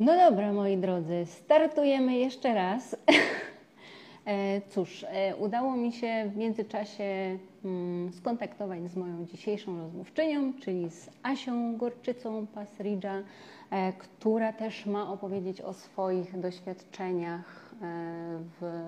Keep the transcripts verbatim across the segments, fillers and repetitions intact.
No dobra, moi drodzy, startujemy jeszcze raz. Cóż, udało mi się w międzyczasie skontaktować z moją dzisiejszą rozmówczynią, czyli z Asią Gorczycą Pasridża, która też ma opowiedzieć o swoich doświadczeniach w,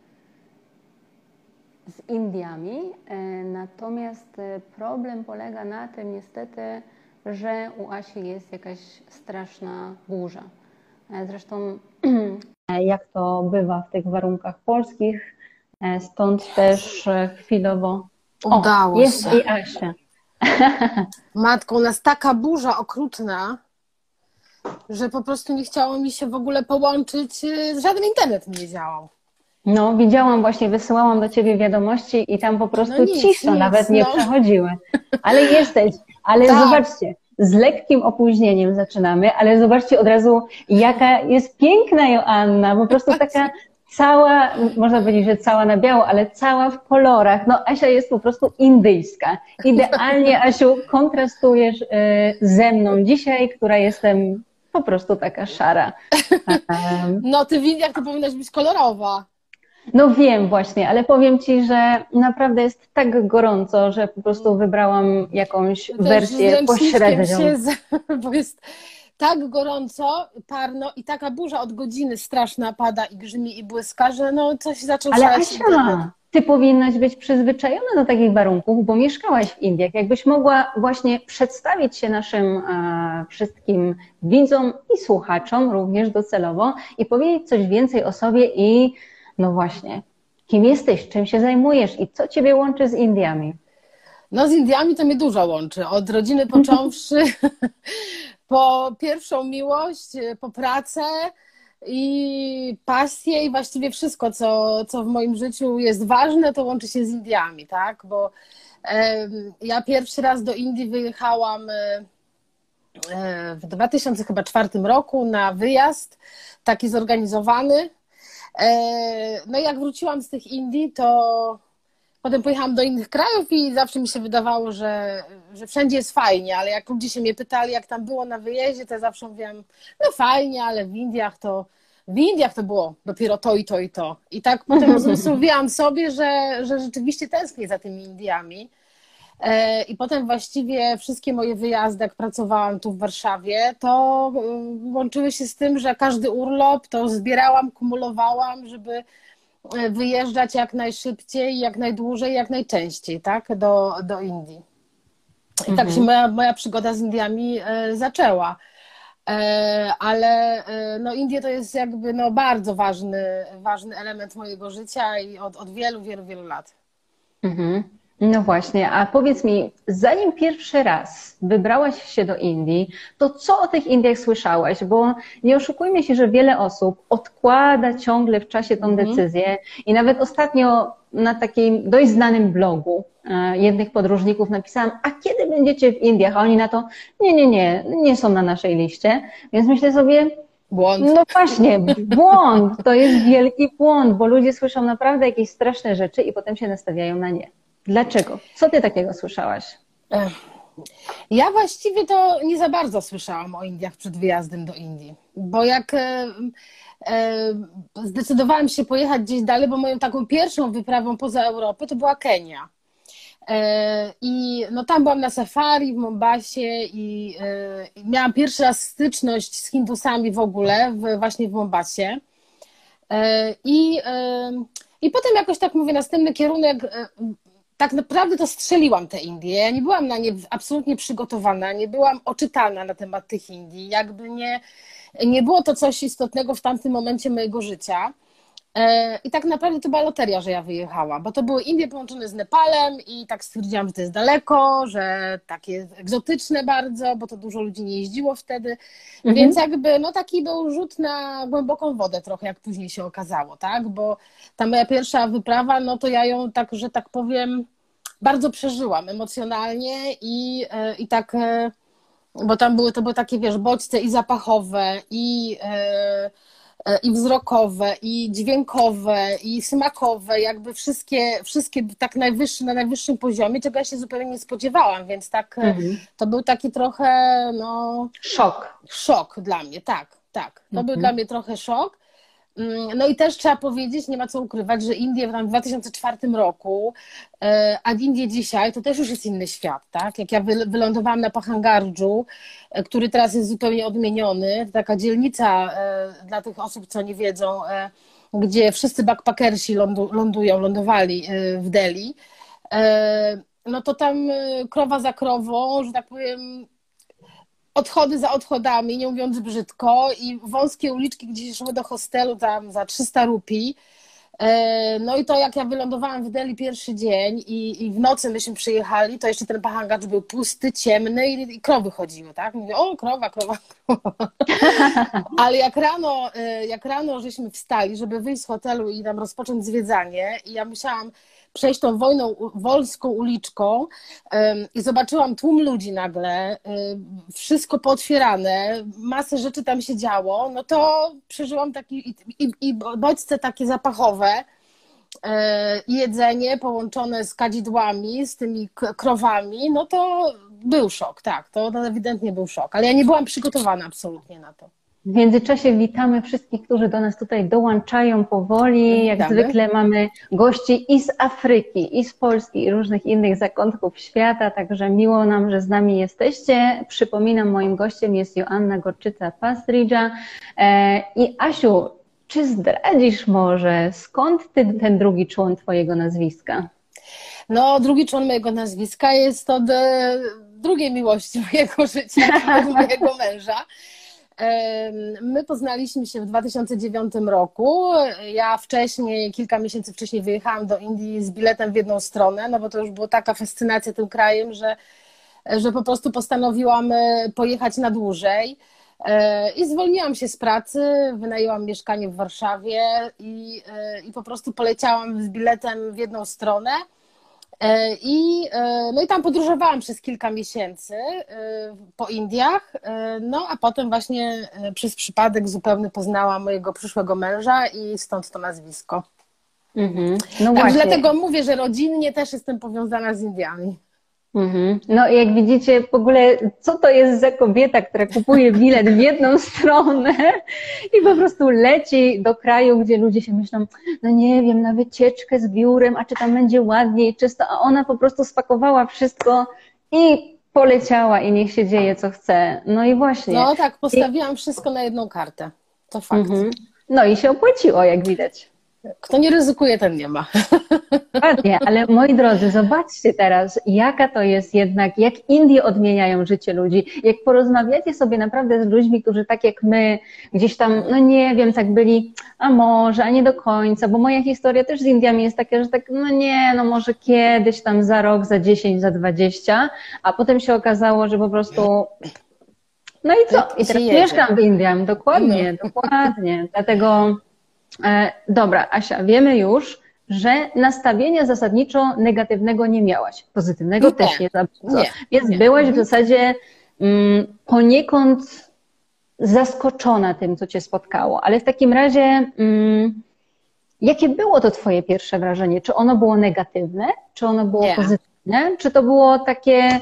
z Indiami. Natomiast problem polega na tym niestety, że u Asi jest jakaś straszna burza. Zresztą jak to bywa w tych warunkach polskich, stąd też chwilowo... Udało o, jest się. i Asia. Matko, u nas taka burza okrutna, że po prostu nie chciało mi się w ogóle połączyć, żaden internet nie działał. No, widziałam właśnie, wysyłałam do Ciebie wiadomości i tam po prostu No nic, cisza, nic, nawet nie no. przechodziły. Ale jesteś, ale Tak. Zobaczcie, z lekkim opóźnieniem zaczynamy, ale zobaczcie od razu, jaka jest piękna Joanna, po prostu taka cała, można powiedzieć, że cała na biało, ale cała w kolorach. No Asia jest po prostu indyjska. Idealnie, Asiu, kontrastujesz y, ze mną dzisiaj, która jestem po prostu taka szara. Um, No ty widzisz, jak to powinnaś być kolorowa. No wiem właśnie, ale powiem Ci, że naprawdę jest tak gorąco, że po prostu wybrałam jakąś Też wersję z pośrednią. Się z... bo jest tak gorąco, parno i taka burza od godziny straszna pada i grzmi i błyska, że no coś zaczął Ale szaleć Asia, internet. Ty powinnaś być przyzwyczajona do takich warunków, bo mieszkałaś w Indiach. Jakbyś mogła właśnie przedstawić się naszym e, wszystkim widzom i słuchaczom, również docelowo, i powiedzieć coś więcej o sobie i no właśnie, kim jesteś, czym się zajmujesz i co Ciebie łączy z Indiami? No z Indiami to mnie dużo łączy. Od rodziny począwszy, po pierwszą miłość, po pracę i pasję i właściwie wszystko, co, co w moim życiu jest ważne, to łączy się z Indiami, tak? Bo e, ja pierwszy raz do Indii wyjechałam e, w dwa tysiące czwartym roku na wyjazd, taki zorganizowany. No i jak wróciłam z tych Indii, to potem pojechałam do innych krajów i zawsze mi się wydawało, że, że wszędzie jest fajnie, ale jak ludzie się mnie pytali, jak tam było na wyjeździe, to ja zawsze mówiłam, no fajnie, ale w Indiach to w Indiach to było dopiero to i to i to. I tak potem uzmysłowiłam sobie, że, że rzeczywiście tęsknię za tymi Indiami. I potem właściwie wszystkie moje wyjazdy, jak pracowałam tu w Warszawie, to łączyły się z tym, że każdy urlop to zbierałam, kumulowałam, żeby wyjeżdżać jak najszybciej, jak najdłużej, jak najczęściej, tak, do, do Indii. I mhm. tak się moja, moja przygoda z Indiami zaczęła. Ale no, Indie to jest jakby no, bardzo ważny, ważny element mojego życia i od, od wielu, wielu, wielu lat. Mhm. No właśnie, a powiedz mi, zanim pierwszy raz wybrałaś się do Indii, to co o tych Indiach słyszałaś? Bo nie oszukujmy się, że wiele osób odkłada ciągle w czasie tą decyzję i nawet ostatnio na takim dość znanym blogu jednych podróżników napisałam, a kiedy będziecie w Indiach? A oni na to, nie, nie, nie, nie są na naszej liście. Więc myślę sobie, błąd. No właśnie, błąd, to jest wielki błąd, bo ludzie słyszą naprawdę jakieś straszne rzeczy i potem się nastawiają na nie. Dlaczego? Co ty takiego słyszałaś? Ja właściwie to nie za bardzo słyszałam o Indiach przed wyjazdem do Indii, bo jak e, e, zdecydowałam się pojechać gdzieś dalej, bo moją taką pierwszą wyprawą poza Europę to była Kenia. E, I no tam byłam na safari w Mombasie i e, miałam pierwszy raz styczność z Hindusami w ogóle, w, właśnie w Mombasie. E, i, e, I potem jakoś tak mówię, następny kierunek... E, tak naprawdę to strzeliłam te Indie. Ja nie byłam na nie absolutnie przygotowana, nie byłam oczytana na temat tych Indii. Jakby nie, nie było to coś istotnego w tamtym momencie mojego życia. I tak naprawdę to była loteria, że ja wyjechałam, bo to były Indie połączone z Nepalem i tak stwierdziłam, że to jest daleko, że takie egzotyczne bardzo, bo to dużo ludzi nie jeździło wtedy. Mhm. Więc jakby no taki był rzut na głęboką wodę trochę, jak później się okazało, tak? Bo ta moja pierwsza wyprawa, no to ja ją tak, że tak powiem, bardzo przeżyłam emocjonalnie i, i tak, bo tam były, to były takie, wiesz, bodźce i zapachowe, i i wzrokowe, i dźwiękowe, i smakowe, jakby wszystkie, wszystkie tak najwyższe, na najwyższym poziomie, czego ja się zupełnie nie spodziewałam, więc tak mhm. to był taki trochę, no... Szok. Szok dla mnie, tak, tak. To był dla mnie trochę szok. No i też trzeba powiedzieć, nie ma co ukrywać, że Indie w dwa tysiące czwartym roku, a Indie dzisiaj to też już jest inny świat, tak? Jak ja wylądowałam na Pahangardżu, który teraz jest zupełnie odmieniony, to taka dzielnica dla tych osób, co nie wiedzą, gdzie wszyscy backpackersi lądu, lądują, lądowali w Delhi, no to tam krowa za krową, że tak powiem, odchody za odchodami, nie mówiąc brzydko, i wąskie uliczki, gdzie się szło do hostelu tam za trzysta rupii. No i to jak ja wylądowałam w Delhi pierwszy dzień i, i w nocy myśmy przyjechali, to jeszcze ten Pahangardż był pusty, ciemny i, i krowy chodziły, tak? Mówię, o krowa, krowa, krowa. Ale jak rano, jak rano żeśmy wstali, żeby wyjść z hotelu i tam rozpocząć zwiedzanie, i ja myślałam przejść tą wojną, wolską uliczką um, i zobaczyłam tłum ludzi nagle, um, wszystko pootwierane, masę rzeczy tam się działo, no to przeżyłam taki i, i, i bodźce takie zapachowe, e, jedzenie połączone z kadzidłami, z tymi krowami, no to był szok, tak, to, to ewidentnie był szok, ale ja nie byłam przygotowana absolutnie na to. W międzyczasie witamy wszystkich, którzy do nas tutaj dołączają powoli. Jak Witamy. Zwykle mamy gości i z Afryki, i z Polski, i różnych innych zakątków świata, także miło nam, że z nami jesteście. Przypominam, moim gościem jest Joanna Gorczyca-Pastridża. I Asiu, czy zdradzisz może, skąd ty, ten drugi człon twojego nazwiska? No, drugi człon mojego nazwiska jest od drugiej miłości mojego życia, od mojego męża. My poznaliśmy się w dwa tysiące dziewiątym roku. Ja wcześniej, kilka miesięcy wcześniej wyjechałam do Indii z biletem w jedną stronę, no bo to już była taka fascynacja tym krajem, że, że po prostu postanowiłam pojechać na dłużej. I zwolniłam się z pracy, wynajęłam mieszkanie w Warszawie i, i po prostu poleciałam z biletem w jedną stronę. I, no i tam podróżowałam przez kilka miesięcy po Indiach, no a potem właśnie przez przypadek zupełny poznałam mojego przyszłego męża i stąd to nazwisko. Mm-hmm. No tak, dlatego mówię, że rodzinnie też jestem powiązana z Indiami. Mhm. No i jak widzicie, w ogóle co to jest za kobieta, która kupuje bilet w jedną stronę i po prostu leci do kraju, gdzie ludzie się myślą, no nie wiem, na wycieczkę z biurem, a czy tam będzie ładniej, czysto, a ona po prostu spakowała wszystko i poleciała i niech się dzieje co chce. No i właśnie. No tak, postawiłam I... wszystko na jedną kartę. To fakt. Mhm. No i się opłaciło, jak widać. Kto nie ryzykuje, ten nie ma. Dokładnie, ale moi drodzy, zobaczcie teraz, jaka to jest jednak, jak Indie odmieniają życie ludzi. Jak porozmawiacie sobie naprawdę z ludźmi, którzy tak jak my, gdzieś tam, no nie wiem, tak byli, a może, a nie do końca, bo moja historia też z Indiami jest taka, że tak, no nie, no może kiedyś tam za rok, za dziesięć, za dwadzieścia, a potem się okazało, że po prostu... No i co? I teraz mieszkam w Indiach, dokładnie, no. dokładnie, dlatego... Dobra, Asia, wiemy już, że nastawienia zasadniczo negatywnego nie miałaś. Pozytywnego nie, też nie za bardzo. Nie, Więc nie. byłaś w zasadzie um, poniekąd zaskoczona tym, co cię spotkało. Ale w takim razie, um, jakie było to twoje pierwsze wrażenie? Czy ono było negatywne? Czy ono było nie. pozytywne? Czy to było takie...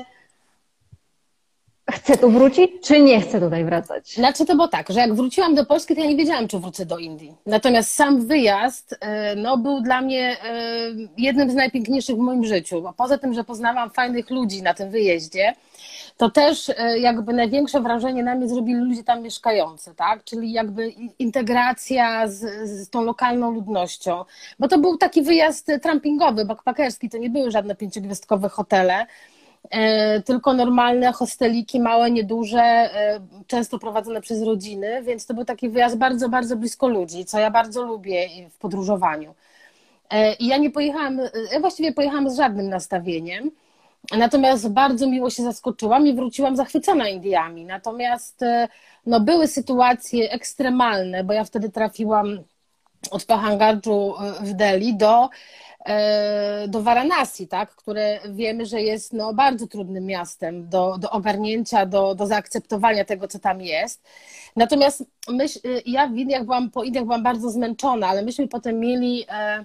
Chcę tu wrócić, czy nie chcę tutaj wracać? Znaczy to było tak, że jak wróciłam do Polski, to ja nie wiedziałam, czy wrócę do Indii. Natomiast sam wyjazd no, był dla mnie jednym z najpiękniejszych w moim życiu. Bo poza tym, że poznałam fajnych ludzi na tym wyjeździe, to też jakby największe wrażenie na mnie zrobili ludzie tam mieszkający, tak? Czyli jakby integracja z, z tą lokalną ludnością. Bo to był taki wyjazd trampingowy, backpackerski, to nie były żadne pięciogwiazdkowe hotele, tylko normalne hosteliki, małe, nieduże, często prowadzone przez rodziny, więc to był taki wyjazd bardzo, bardzo blisko ludzi, co ja bardzo lubię w podróżowaniu. I ja nie pojechałam, ja właściwie pojechałam z żadnym nastawieniem, natomiast bardzo miło się zaskoczyłam i wróciłam zachwycona Indiami. Natomiast no, były sytuacje ekstremalne, bo ja wtedy trafiłam od Pahangardżu w Delhi do do Varanasi, tak, które wiemy, że jest no, bardzo trudnym miastem do, do ogarnięcia, do, do zaakceptowania tego, co tam jest. Natomiast myśl, ja w Indiach byłam, po Indiach byłam bardzo zmęczona, ale myśmy potem mieli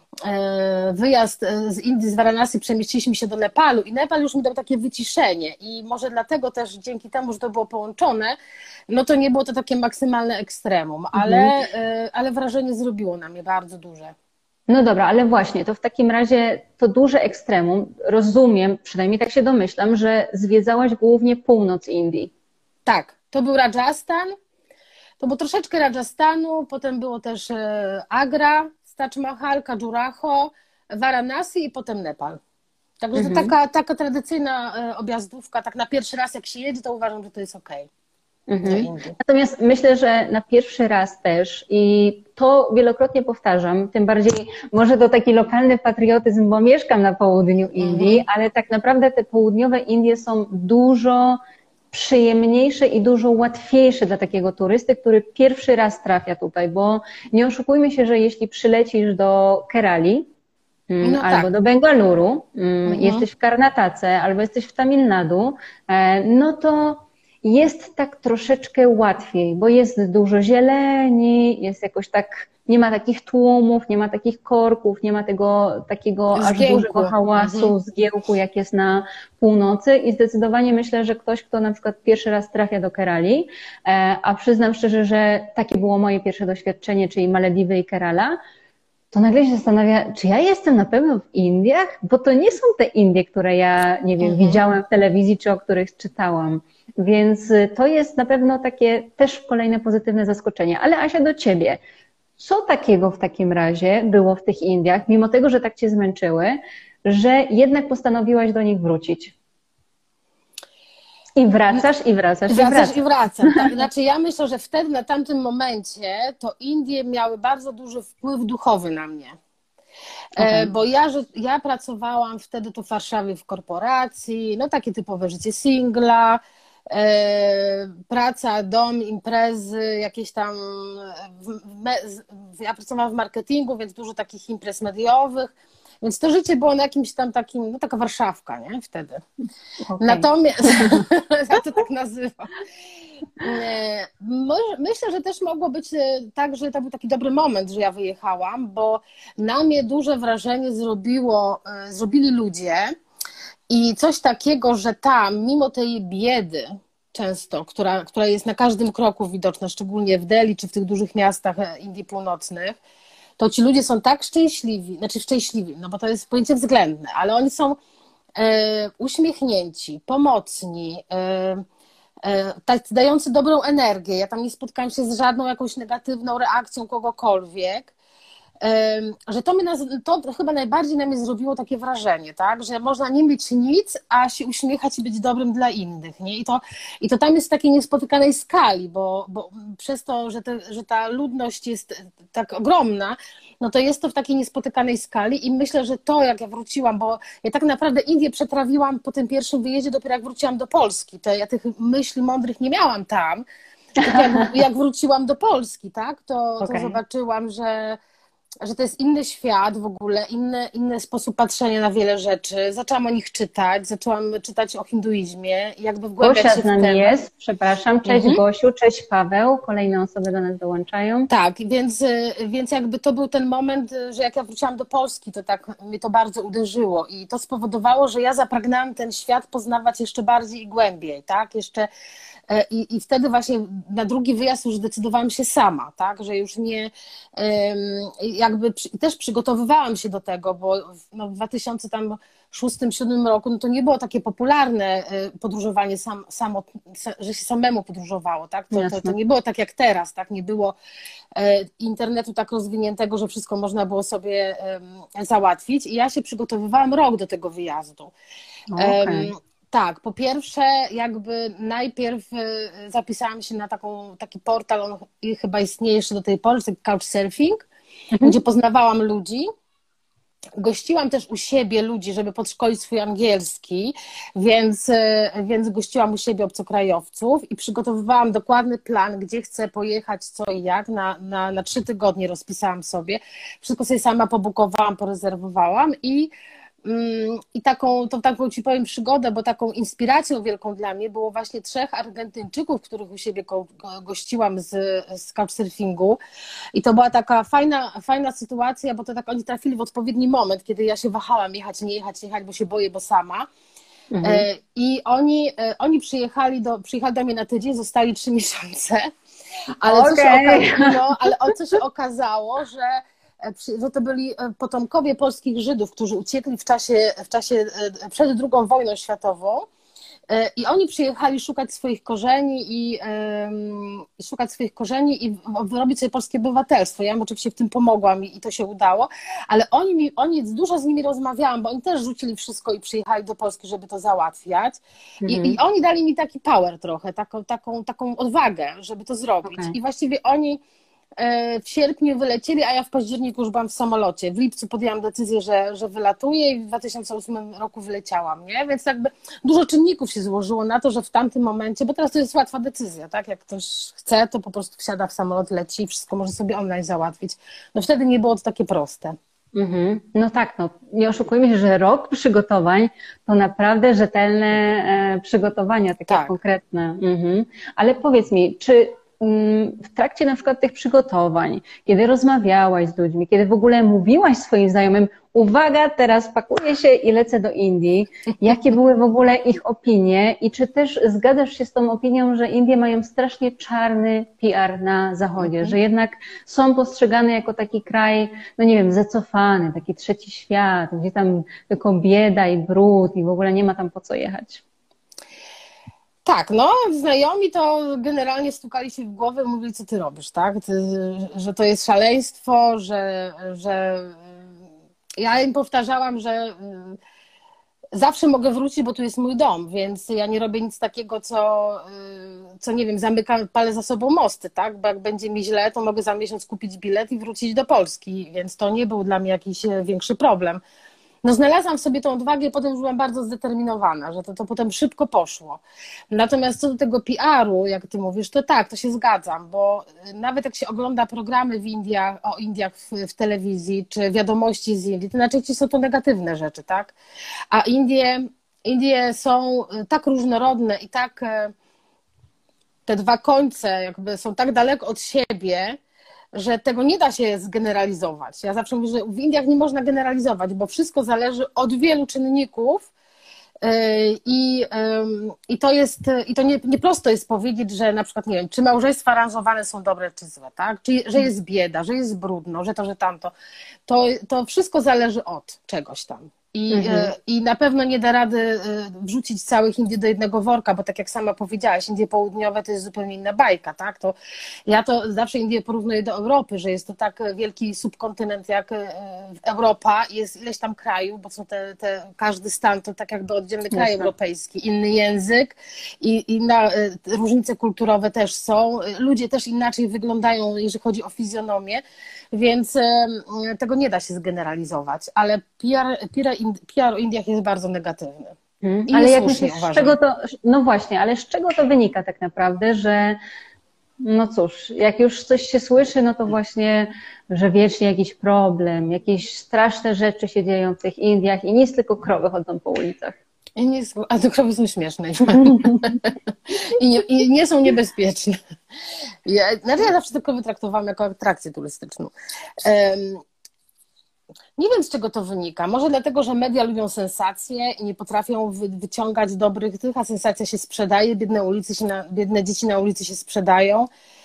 wyjazd z Indii, z Varanasi, przemieściliśmy się do Nepalu i Nepal już mi dał takie wyciszenie i może dlatego też dzięki temu, że to było połączone, no to nie było to takie maksymalne ekstremum, ale, mhm. ale wrażenie zrobiło na mnie bardzo duże. No dobra, ale właśnie, to w takim razie to duże ekstremum, rozumiem, przynajmniej tak się domyślam, że zwiedzałaś głównie północ Indii. Tak, to był Rajasthan, to było troszeczkę Rajasthanu, potem było też Agra, Taj Mahal, Khajuraho, Varanasi i potem Nepal. Także mhm. to taka, taka tradycyjna objazdówka, tak na pierwszy raz jak się jedzie, to uważam, że to jest okej. Mhm. Natomiast myślę, że na pierwszy raz też i to wielokrotnie powtarzam, tym bardziej może to taki lokalny patriotyzm, bo mieszkam na południu Indii, mhm. ale tak naprawdę te południowe Indie są dużo przyjemniejsze i dużo łatwiejsze dla takiego turysty, który pierwszy raz trafia tutaj, bo nie oszukujmy się, że jeśli przylecisz do Kerali no albo tak. do Bengaluru, mhm. jesteś w Karnatace albo jesteś w Tamil Nadu, no to jest tak troszeczkę łatwiej, bo jest dużo zieleni, jest jakoś tak, nie ma takich tłumów, nie ma takich korków, nie ma tego takiego zgiełku. Aż dużego hałasu, mhm. zgiełku, jak jest na północy i zdecydowanie myślę, że ktoś, kto na przykład pierwszy raz trafia do Kerali, a przyznam szczerze, że takie było moje pierwsze doświadczenie, czyli Malediwy i Kerala, to nagle się zastanawia, czy ja jestem na pewno w Indiach, bo to nie są te Indie, które ja, nie wiem, mhm. widziałam w telewizji, czy o których czytałam. Więc to jest na pewno takie też kolejne pozytywne zaskoczenie. Ale Asia, do ciebie. Co takiego w takim razie było w tych Indiach, mimo tego, że tak cię zmęczyły, że jednak postanowiłaś do nich wrócić? I wracasz, i wracasz, i wracasz. Wracasz i wracam. Tak. Znaczy ja myślę, że wtedy, na tamtym momencie, to Indie miały bardzo duży wpływ duchowy na mnie. Okay. Bo ja, że, ja pracowałam wtedy tu w Warszawie w korporacji, no takie typowe życie singla, praca, dom, imprezy, jakieś tam, ja pracowałam w marketingu, więc dużo takich imprez mediowych, więc to życie było na jakimś tam takim, no taka Warszawka, nie? Wtedy. Okay. Natomiast, ja to tak nazywam. Myślę, że też mogło być tak, że to był taki dobry moment, że ja wyjechałam, bo na mnie duże wrażenie zrobiło, zrobili ludzie, i coś takiego, że tam, mimo tej biedy często, która, która jest na każdym kroku widoczna, szczególnie w Delhi czy w tych dużych miastach Indii Północnych, to ci ludzie są tak szczęśliwi, znaczy szczęśliwi, no bo to jest pojęcie względne, ale oni są e, uśmiechnięci, pomocni, e, e, tak, dający dobrą energię. Ja tam nie spotkałam się z żadną jakąś negatywną reakcją kogokolwiek. Że to, mnie, to chyba najbardziej na mnie zrobiło takie wrażenie, tak? Że można nie mieć nic, a się uśmiechać i być dobrym dla innych. Nie? I, to, I to tam jest w takiej niespotykanej skali, bo, bo przez to, że, te, że ta ludność jest tak ogromna, no to jest to w takiej niespotykanej skali i myślę, że to jak ja wróciłam, bo ja tak naprawdę Indię przetrawiłam po tym pierwszym wyjeździe dopiero jak wróciłam do Polski, to ja tych myśli mądrych nie miałam tam, jak, jak wróciłam do Polski, tak? To, okay. to zobaczyłam, że że to jest inny świat w ogóle, inny, inny sposób patrzenia na wiele rzeczy. Zaczęłam o nich czytać, zaczęłam czytać o hinduizmie i jakby wgłębiać Gosia się w z nami temat. jest, przepraszam. Cześć mhm. Gosiu, cześć Paweł. Kolejne osoby do nas dołączają. Tak, więc, więc jakby to był ten moment, że jak ja wróciłam do Polski, to tak mnie to bardzo uderzyło i to spowodowało, że ja zapragnęłam ten świat poznawać jeszcze bardziej i głębiej, tak? Jeszcze I, I wtedy właśnie na drugi wyjazd już zdecydowałam się sama, tak, że już nie, jakby też przygotowywałam się do tego, bo no w dwa tysiące szóstym, dwa tysiące siódmym roku no to nie było takie popularne podróżowanie, sam, samo, że się samemu podróżowało, tak, to, to, to nie było tak jak teraz, tak, nie było internetu tak rozwiniętego, że wszystko można było sobie załatwić i ja się przygotowywałam rok do tego wyjazdu. Okay. Tak, po pierwsze jakby najpierw zapisałam się na taką, taki portal, on chyba istnieje jeszcze do tej pory, Couchsurfing, mhm. gdzie poznawałam ludzi. Gościłam też u siebie ludzi, żeby podszkolić swój angielski, więc, więc gościłam u siebie obcokrajowców i przygotowywałam dokładny plan, gdzie chcę pojechać, co i jak, na, na, na trzy tygodnie rozpisałam sobie. Wszystko sobie sama pobukowałam, porezerwowałam i I taką, to taką ci powiem przygodę, bo taką inspiracją wielką dla mnie było właśnie trzech Argentyńczyków, których u siebie go, go, gościłam z, z couchsurfingu. I to była taka fajna, fajna sytuacja, bo to tak oni trafili w odpowiedni moment, kiedy ja się wahałam jechać, nie jechać, nie jechać, bo się boję, bo sama. Mhm. I oni, oni przyjechali, do, przyjechali do mnie na tydzień, zostali trzy miesiące, ale, okay. co się oka- no, ale o co się okazało, że że to byli potomkowie polskich Żydów, którzy uciekli w czasie, w czasie przed drugą wojną światową i oni przyjechali szukać swoich korzeni i, i szukać swoich korzeni i wyrobić sobie polskie obywatelstwo. Ja im oczywiście w tym pomogłam i, i to się udało, ale oni, mi, oni dużo z nimi rozmawiałam, bo oni też rzucili wszystko i przyjechali do Polski, żeby to załatwiać. Mhm. I, I oni dali mi taki power trochę, taką, taką, taką odwagę, żeby to zrobić. Okay. I właściwie oni w sierpniu wylecieli, a ja w październiku już byłam w samolocie. W lipcu podjęłam decyzję, że, że wylatuję i w dwa tysiące ósmym roku wyleciałam, nie? Więc jakby dużo czynników się złożyło na to, że w tamtym momencie, bo teraz to jest łatwa decyzja, tak? Jak ktoś chce, to po prostu wsiada w samolot, leci i wszystko może sobie online załatwić. No wtedy nie było to takie proste. Mhm. No tak, no nie oszukujmy się, że rok przygotowań to naprawdę rzetelne e, przygotowania, takie tak. konkretne. Mhm. Ale powiedz mi, czy w trakcie na przykład tych przygotowań, kiedy rozmawiałaś z ludźmi, kiedy w ogóle mówiłaś swoim znajomym, uwaga, teraz pakuję się i lecę do Indii, jakie były w ogóle ich opinie i czy też zgadzasz się z tą opinią, że Indie mają strasznie czarny P R na zachodzie, że jednak są postrzegane jako taki kraj, no nie wiem, zacofany, taki trzeci świat, gdzie tam tylko bieda i brud i w ogóle nie ma tam po co jechać? Tak, no znajomi to generalnie stukali się w głowę i mówili, co ty robisz, tak? Ty, że to jest szaleństwo, że, że ja im powtarzałam, że zawsze mogę wrócić, bo tu jest mój dom, więc ja nie robię nic takiego, co, co nie wiem, zamykam, palę za sobą mosty, tak? Bo jak będzie mi źle, to mogę za miesiąc kupić bilet i wrócić do Polski, więc to nie był dla mnie jakiś większy problem. No znalazłam w sobie tą odwagę i potem już byłam bardzo zdeterminowana, że to, to potem szybko poszło. Natomiast co do tego P R u, jak ty mówisz, to tak, to się zgadzam, bo nawet jak się ogląda programy w Indiach, o Indiach w, w telewizji, czy wiadomości z Indii, to najczęściej są to negatywne rzeczy, tak? A Indie, Indie są tak różnorodne i tak te dwa końce jakby są tak daleko od siebie, że tego nie da się zgeneralizować. Ja zawsze mówię, że w Indiach nie można generalizować, bo wszystko zależy od wielu czynników i, i to jest, i to nie, nie prosto jest powiedzieć, że na przykład, nie wiem, czy małżeństwa aranżowane są dobre czy złe, tak? Czy, że jest bieda, że jest brudno, że to, że tamto. To, to wszystko zależy od czegoś tam. I, mhm. I na pewno nie da rady wrzucić całych Indii do jednego worka, bo tak jak sama powiedziałaś, Indie Południowe to jest zupełnie inna bajka, tak? To ja to zawsze Indię porównuję do Europy, że jest to tak wielki subkontynent jak Europa, jest ileś tam krajów, bo są te, te każdy stan to tak jakby oddzielny kraj Jasne. Europejski, inny język i inne różnice kulturowe też są, ludzie też inaczej wyglądają, jeżeli chodzi o fizjonomię, więc tego nie da się zgeneralizować, ale P R, P R, P R o Indiach jest bardzo negatywny. Hmm, ale jak myślisz, z czego to, no właśnie, ale z czego to wynika tak naprawdę, że no cóż, jak już coś się słyszy, no to właśnie, że wiecznie jakiś problem, jakieś straszne rzeczy się dzieją w tych Indiach i nic, tylko krowy chodzą po ulicach. I nie, a te krowy są śmieszne. I nie, I nie są niebezpieczne. Ja, znaczy ja zawsze te krowy traktowałam jako atrakcję turystyczną. Um, nie wiem, z czego to wynika. Może dlatego, że media lubią sensacje i nie potrafią wy, wyciągać dobrych tych, a sensacja się sprzedaje, biedne, ulicy się na, biedne dzieci na ulicy się sprzedają.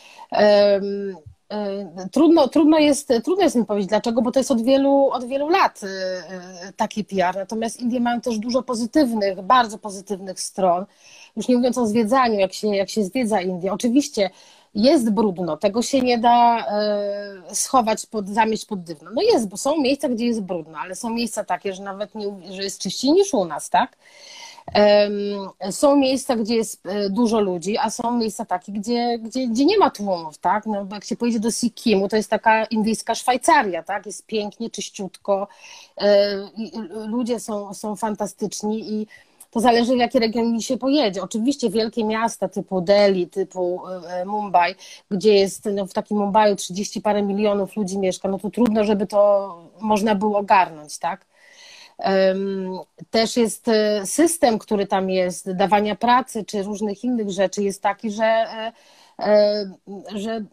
Um, Trudno, trudno, jest, trudno jest mi powiedzieć dlaczego, bo to jest od wielu, od wielu lat taki P R. Natomiast Indie mają też dużo pozytywnych, bardzo pozytywnych stron. Już nie mówiąc o zwiedzaniu, jak się, jak się zwiedza Indię. Oczywiście jest brudno, tego się nie da schować, pod, zamieść pod dywno. No jest, bo są miejsca, gdzie jest brudno, ale są miejsca takie, że nawet nie, że jest czyściej niż u nas, tak? Są miejsca, gdzie jest dużo ludzi, a są miejsca takie, gdzie, gdzie, gdzie nie ma tłumów, tak? No, bo jak się pojedzie do Sikkimu, to jest taka indyjska Szwajcaria, tak? Jest pięknie, czyściutko, ludzie są, są fantastyczni i to zależy, w jaki region się pojedzie. Oczywiście wielkie miasta typu Delhi, typu Mumbai, gdzie jest no, w takim Mumbaiu trzydzieści parę milionów ludzi mieszka, no to trudno, żeby to można było ogarnąć, tak? Też jest system, który tam jest, dawania pracy czy różnych innych rzeczy jest taki, że, że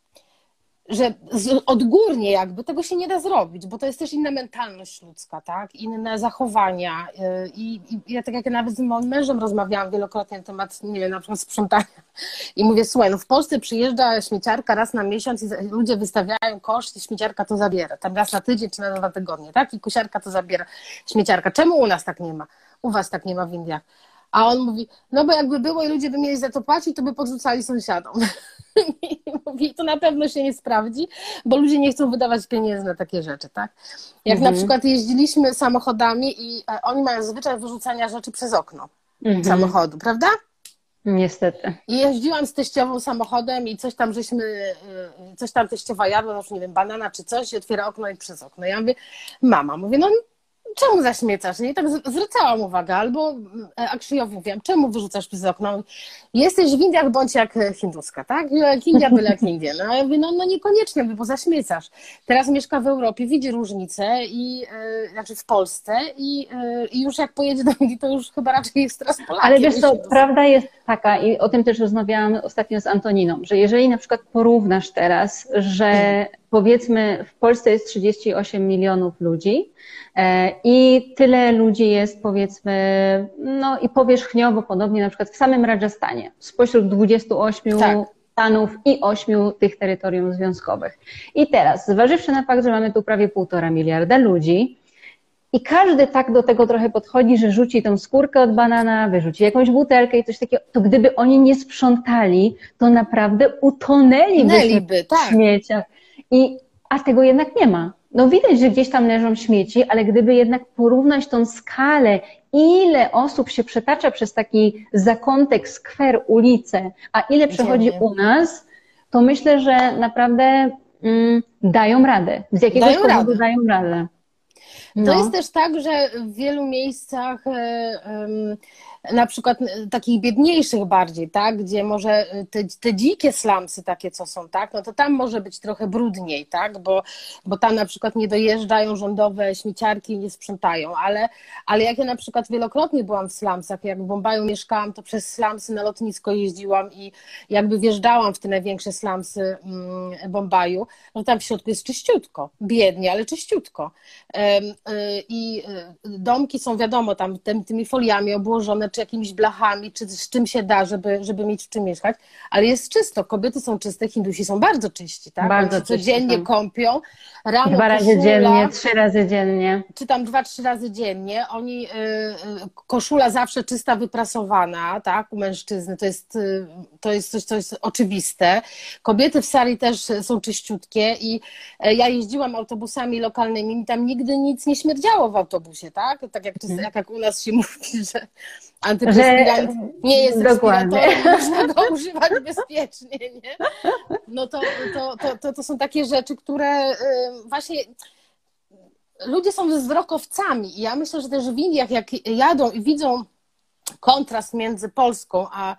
że odgórnie jakby tego się nie da zrobić, bo to jest też inna mentalność ludzka, tak? Inne zachowania i, i ja tak jak ja nawet z moim mężem rozmawiałam wielokrotnie na temat, nie wiem, na przykład sprzątania i mówię, słuchaj, no w Polsce przyjeżdża śmieciarka raz na miesiąc i ludzie wystawiają koszt i śmieciarka to zabiera, tam raz na tydzień czy na dwa tygodnie, tak? I kosiarka to zabiera śmieciarka. Czemu u nas tak nie ma? U was tak nie ma w Indiach. A on mówi, no bo jakby było i ludzie by mieli za to płacić, to by podrzucali sąsiadom. I mówi, to na pewno się nie sprawdzi, bo ludzie nie chcą wydawać pieniędzy na takie rzeczy, tak? Jak mhm. na przykład jeździliśmy samochodami i oni mają zwyczaj wyrzucania rzeczy przez okno mhm. samochodu, prawda? Niestety. I jeździłam z teściową samochodem i coś tam żeśmy, coś tam teściowa jadła, no nie wiem, banana czy coś i otwiera okno i przez okno. Ja mówię, mama, mówię, no czemu zaśmiecasz? Nie? I tak zwracałam uwagę, albo Akszyjowi mówiłam, czemu wyrzucasz przez okno? Jesteś w Indiach, bądź jak hinduska, tak? Jak India, byle jak Indie. No, ja mówię, no, no niekoniecznie, bo zaśmiecasz. Teraz mieszka w Europie, widzi różnicę, i, yy, znaczy w Polsce i, yy, i już jak pojedzie do Indii, to już chyba raczej jest teraz Polakiem. Ale wiesz co, prawda jest taka, i o tym też rozmawiałam ostatnio z Antoniną, że jeżeli na przykład porównasz teraz, że hmm. powiedzmy w Polsce jest trzydzieści osiem milionów ludzi, i tyle ludzi jest, powiedzmy, no i powierzchniowo podobnie na przykład w samym Rajasthanie, spośród dwudziestu ośmiu tak. stanów i ośmiu tych terytorium związkowych. I teraz, zważywszy na fakt, że mamy tu prawie półtora miliarda ludzi i każdy tak do tego trochę podchodzi, że rzuci tą skórkę od banana, wyrzuci jakąś butelkę i coś takiego, to gdyby oni nie sprzątali, to naprawdę utonęliby w tak. śmieciach. I, a tego jednak nie ma. No widać, że gdzieś tam leżą śmieci, ale gdyby jednak porównać tą skalę, ile osób się przetacza przez taki zakątek, skwer, ulicę, a ile przechodzi u nas, to myślę, że naprawdę mm, dają radę. Z jakiegoś dają powodu radę. dają radę. No. To jest też tak, że w wielu miejscach um, na przykład takich biedniejszych bardziej, tak, gdzie może te, te dzikie slumsy takie, co są, tak, no to tam może być trochę brudniej, tak, bo, bo tam na przykład nie dojeżdżają rządowe śmieciarki i nie sprzątają, ale, ale jak ja na przykład wielokrotnie byłam w slumsach, jak w Bombaju mieszkałam, to przez slumsy na lotnisko jeździłam i jakby wjeżdżałam w te największe slumsy Bombaju, no tam w środku jest czyściutko, biednie, ale czyściutko. I domki są, wiadomo, tam tymi foliami obłożone, czy jakimiś blachami, czy z czym się da, żeby, żeby mieć w czym mieszkać, ale jest czysto, kobiety są czyste, Hindusi są bardzo czyści, tak? Bardzo Oni się codziennie są. kąpią, rano dwa razy koszula, dziennie, trzy razy dziennie. Czy tam dwa, trzy razy dziennie. Oni, y, koszula zawsze czysta, wyprasowana, tak? U mężczyzny to jest, y, to jest coś, co jest oczywiste. Kobiety w sali też są czyściutkie i y, ja jeździłam autobusami lokalnymi, mi tam nigdy nic nie śmierdziało w autobusie, tak? Tak jak, hmm. jak, jak u nas się mówi, że antyperspirant nie jest respiratorem, można go używać bezpiecznie, nie? No to, to, to, to, to są takie rzeczy, które właśnie ludzie są wzrokowcami i ja myślę, że też w Indiach jak jadą i widzą kontrast między Polską a,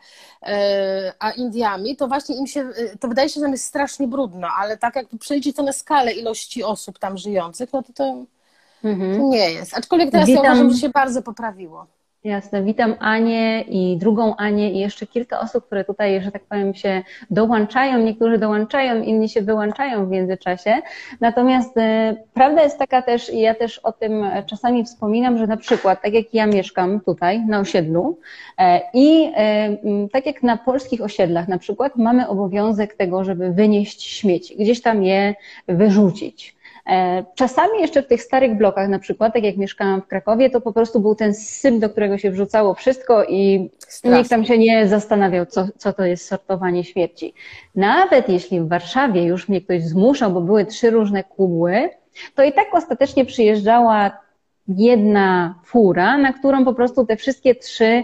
a Indiami, to właśnie im się, to wydaje się, że tam jest strasznie brudno, ale tak jak przejdzie to na skalę ilości osób tam żyjących, no to to, mhm. to nie jest. Aczkolwiek teraz Witam. ja uważam, że się bardzo poprawiło. Jasne, witam Anię i drugą Anię i jeszcze kilka osób, które tutaj, że tak powiem, się dołączają. Niektórzy dołączają, inni się wyłączają w międzyczasie. Natomiast e, prawda jest taka też, i ja też o tym czasami wspominam, że na przykład, tak jak ja mieszkam tutaj na osiedlu e, i e, tak jak na polskich osiedlach na przykład mamy obowiązek tego, żeby wynieść śmieci, gdzieś tam je wyrzucić. Czasami jeszcze w tych starych blokach, na przykład, tak jak mieszkałam w Krakowie, to po prostu był ten syp, do którego się wrzucało wszystko i Strasznie. nikt tam się nie zastanawiał, co, co to jest sortowanie śmieci. Nawet jeśli w Warszawie już mnie ktoś zmuszał, bo były trzy różne kubły, to i tak ostatecznie przyjeżdżała jedna fura, na którą po prostu te wszystkie trzy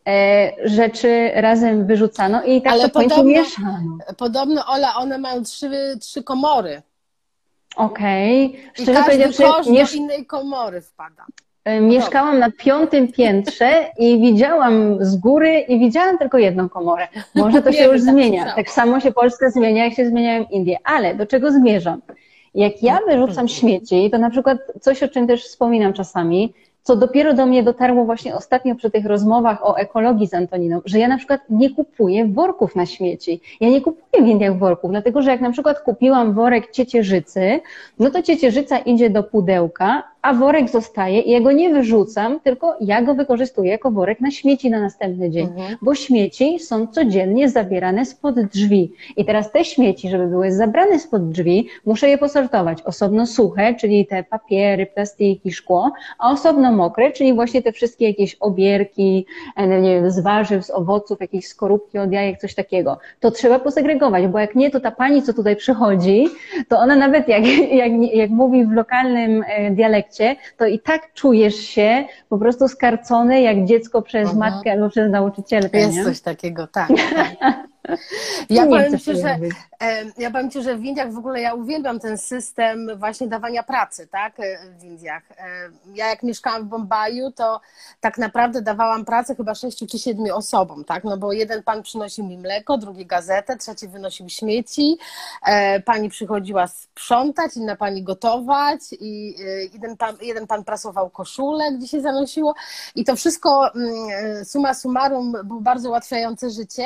rzeczy razem wyrzucano i tak Ale to w końcu mieszano. Podobno, Ola, one mają trzy, trzy komory. Okej. Okay. Szczerze powiedziawszy, kosz do miesz... innej komory wpada. Mieszkałam na piątym piętrze i widziałam z góry i widziałam tylko jedną komorę. Może to się już zmienia. Tak samo się Polska zmienia, jak się zmieniają Indie. Ale do czego zmierzam? Jak ja wyrzucam śmieci, to na przykład coś, o czym też wspominam czasami, co dopiero do mnie dotarło właśnie ostatnio przy tych rozmowach o ekologii z Antoniną, że ja na przykład nie kupuję worków na śmieci. Ja nie kupuję w Indiach worków, dlatego że jak na przykład kupiłam worek ciecierzycy, no to ciecierzyca idzie do pudełka, a worek zostaje i ja go nie wyrzucam, tylko ja go wykorzystuję jako worek na śmieci na następny dzień, mhm. bo śmieci są codziennie zabierane spod drzwi. I teraz te śmieci, żeby były zabrane spod drzwi, muszę je posortować. Osobno suche, czyli te papiery, plastiki, szkło, a osobno mokre, czyli właśnie te wszystkie jakieś obierki, nie wiem, z warzyw, z owoców, jakieś skorupki od jajek, coś takiego. To trzeba posegregować, bo jak nie, to ta pani, co tutaj przychodzi, to ona nawet jak, jak, jak mówi w lokalnym dialekcie, to i tak czujesz się po prostu skarcony jak dziecko przez mhm. matkę albo przez nauczycielkę. Jest nie? coś takiego, tak. tak. Ja powiem ci, że, ja powiem ci, że w Indiach w ogóle ja uwielbiam ten system właśnie dawania pracy, tak, w Indiach. Ja jak mieszkałam w Bombaju, to tak naprawdę dawałam pracę chyba sześciu czy siedmiu osobom, tak, no bo jeden pan przynosił mi mleko, drugi gazetę, trzeci wynosił śmieci, pani przychodziła sprzątać, inna pani gotować i jeden pan, jeden pan prasował koszulę, gdzie się zanosiło i to wszystko summa summarum było bardzo ułatwiające życie.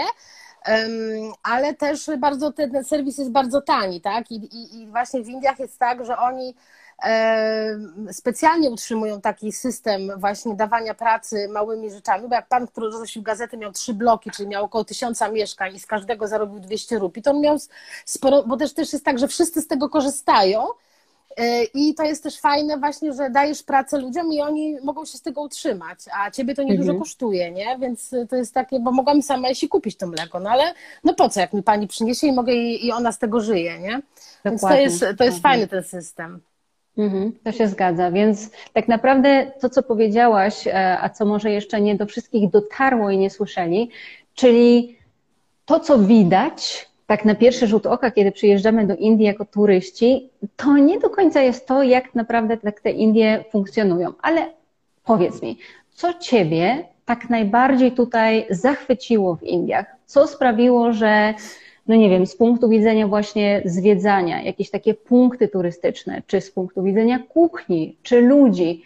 Um, ale też bardzo ten, ten serwis jest bardzo tani, tak? I, i, i właśnie w Indiach jest tak, że oni e, specjalnie utrzymują taki system właśnie dawania pracy małymi rzeczami, bo jak pan, który roznosił gazety, miał trzy bloki, czyli miał około tysiąca mieszkań i z każdego zarobił dwieście rupii, to on miał sporo, bo też, też jest tak, że wszyscy z tego korzystają. I to jest też fajne właśnie, że dajesz pracę ludziom i oni mogą się z tego utrzymać, a ciebie to niedużo mhm. kosztuje, nie? Więc to jest takie, bo mogłam sama jeśli kupić to mleko, no ale no po co, jak mi pani przyniesie i mogę i, i ona z tego żyje, nie? Dokładnie. Więc to jest, to jest fajny ten system. Mhm, to się zgadza, więc tak naprawdę to, co powiedziałaś, a co może jeszcze nie do wszystkich dotarło i nie słyszeli, czyli to, co widać, tak na pierwszy rzut oka, kiedy przyjeżdżamy do Indii jako turyści, to nie do końca jest to, jak naprawdę tak te Indie funkcjonują. Ale powiedz mi, co ciebie tak najbardziej tutaj zachwyciło w Indiach? Co sprawiło, że, no nie wiem, z punktu widzenia właśnie zwiedzania, jakieś takie punkty turystyczne, czy z punktu widzenia kuchni, czy ludzi?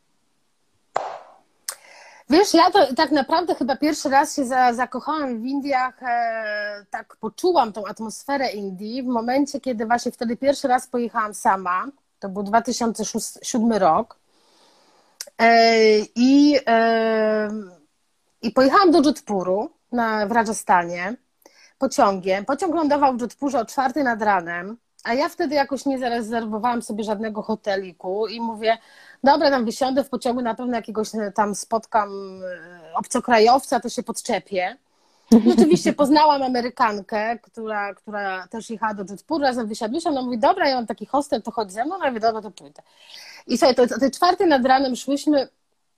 Wiesz, ja to tak naprawdę chyba pierwszy raz się za, zakochałam w Indiach, e, tak poczułam tą atmosferę Indii w momencie, kiedy właśnie wtedy pierwszy raz pojechałam sama, to był dwa tysiące siódmy rok e, i, e, i pojechałam do Jodhpuru na, w Rajasthanie pociągiem. Pociąg lądował w Jodhpurze o czwartej nad ranem, a ja wtedy jakoś nie zarezerwowałam sobie żadnego hoteliku i mówię, dobra, tam wysiądę w pociągu, na pewno jakiegoś tam spotkam obcokrajowca, to się podczepię. Rzeczywiście poznałam Amerykankę, która, która też jechała do Jodhpuru, razem wysiadłyśmy, ona mówi, dobra, ja mam taki hostel, to chodź ze mną, no ja mówię, dobra, to pójdę. I słuchaj, to o tej czwartej nad ranem szłyśmy,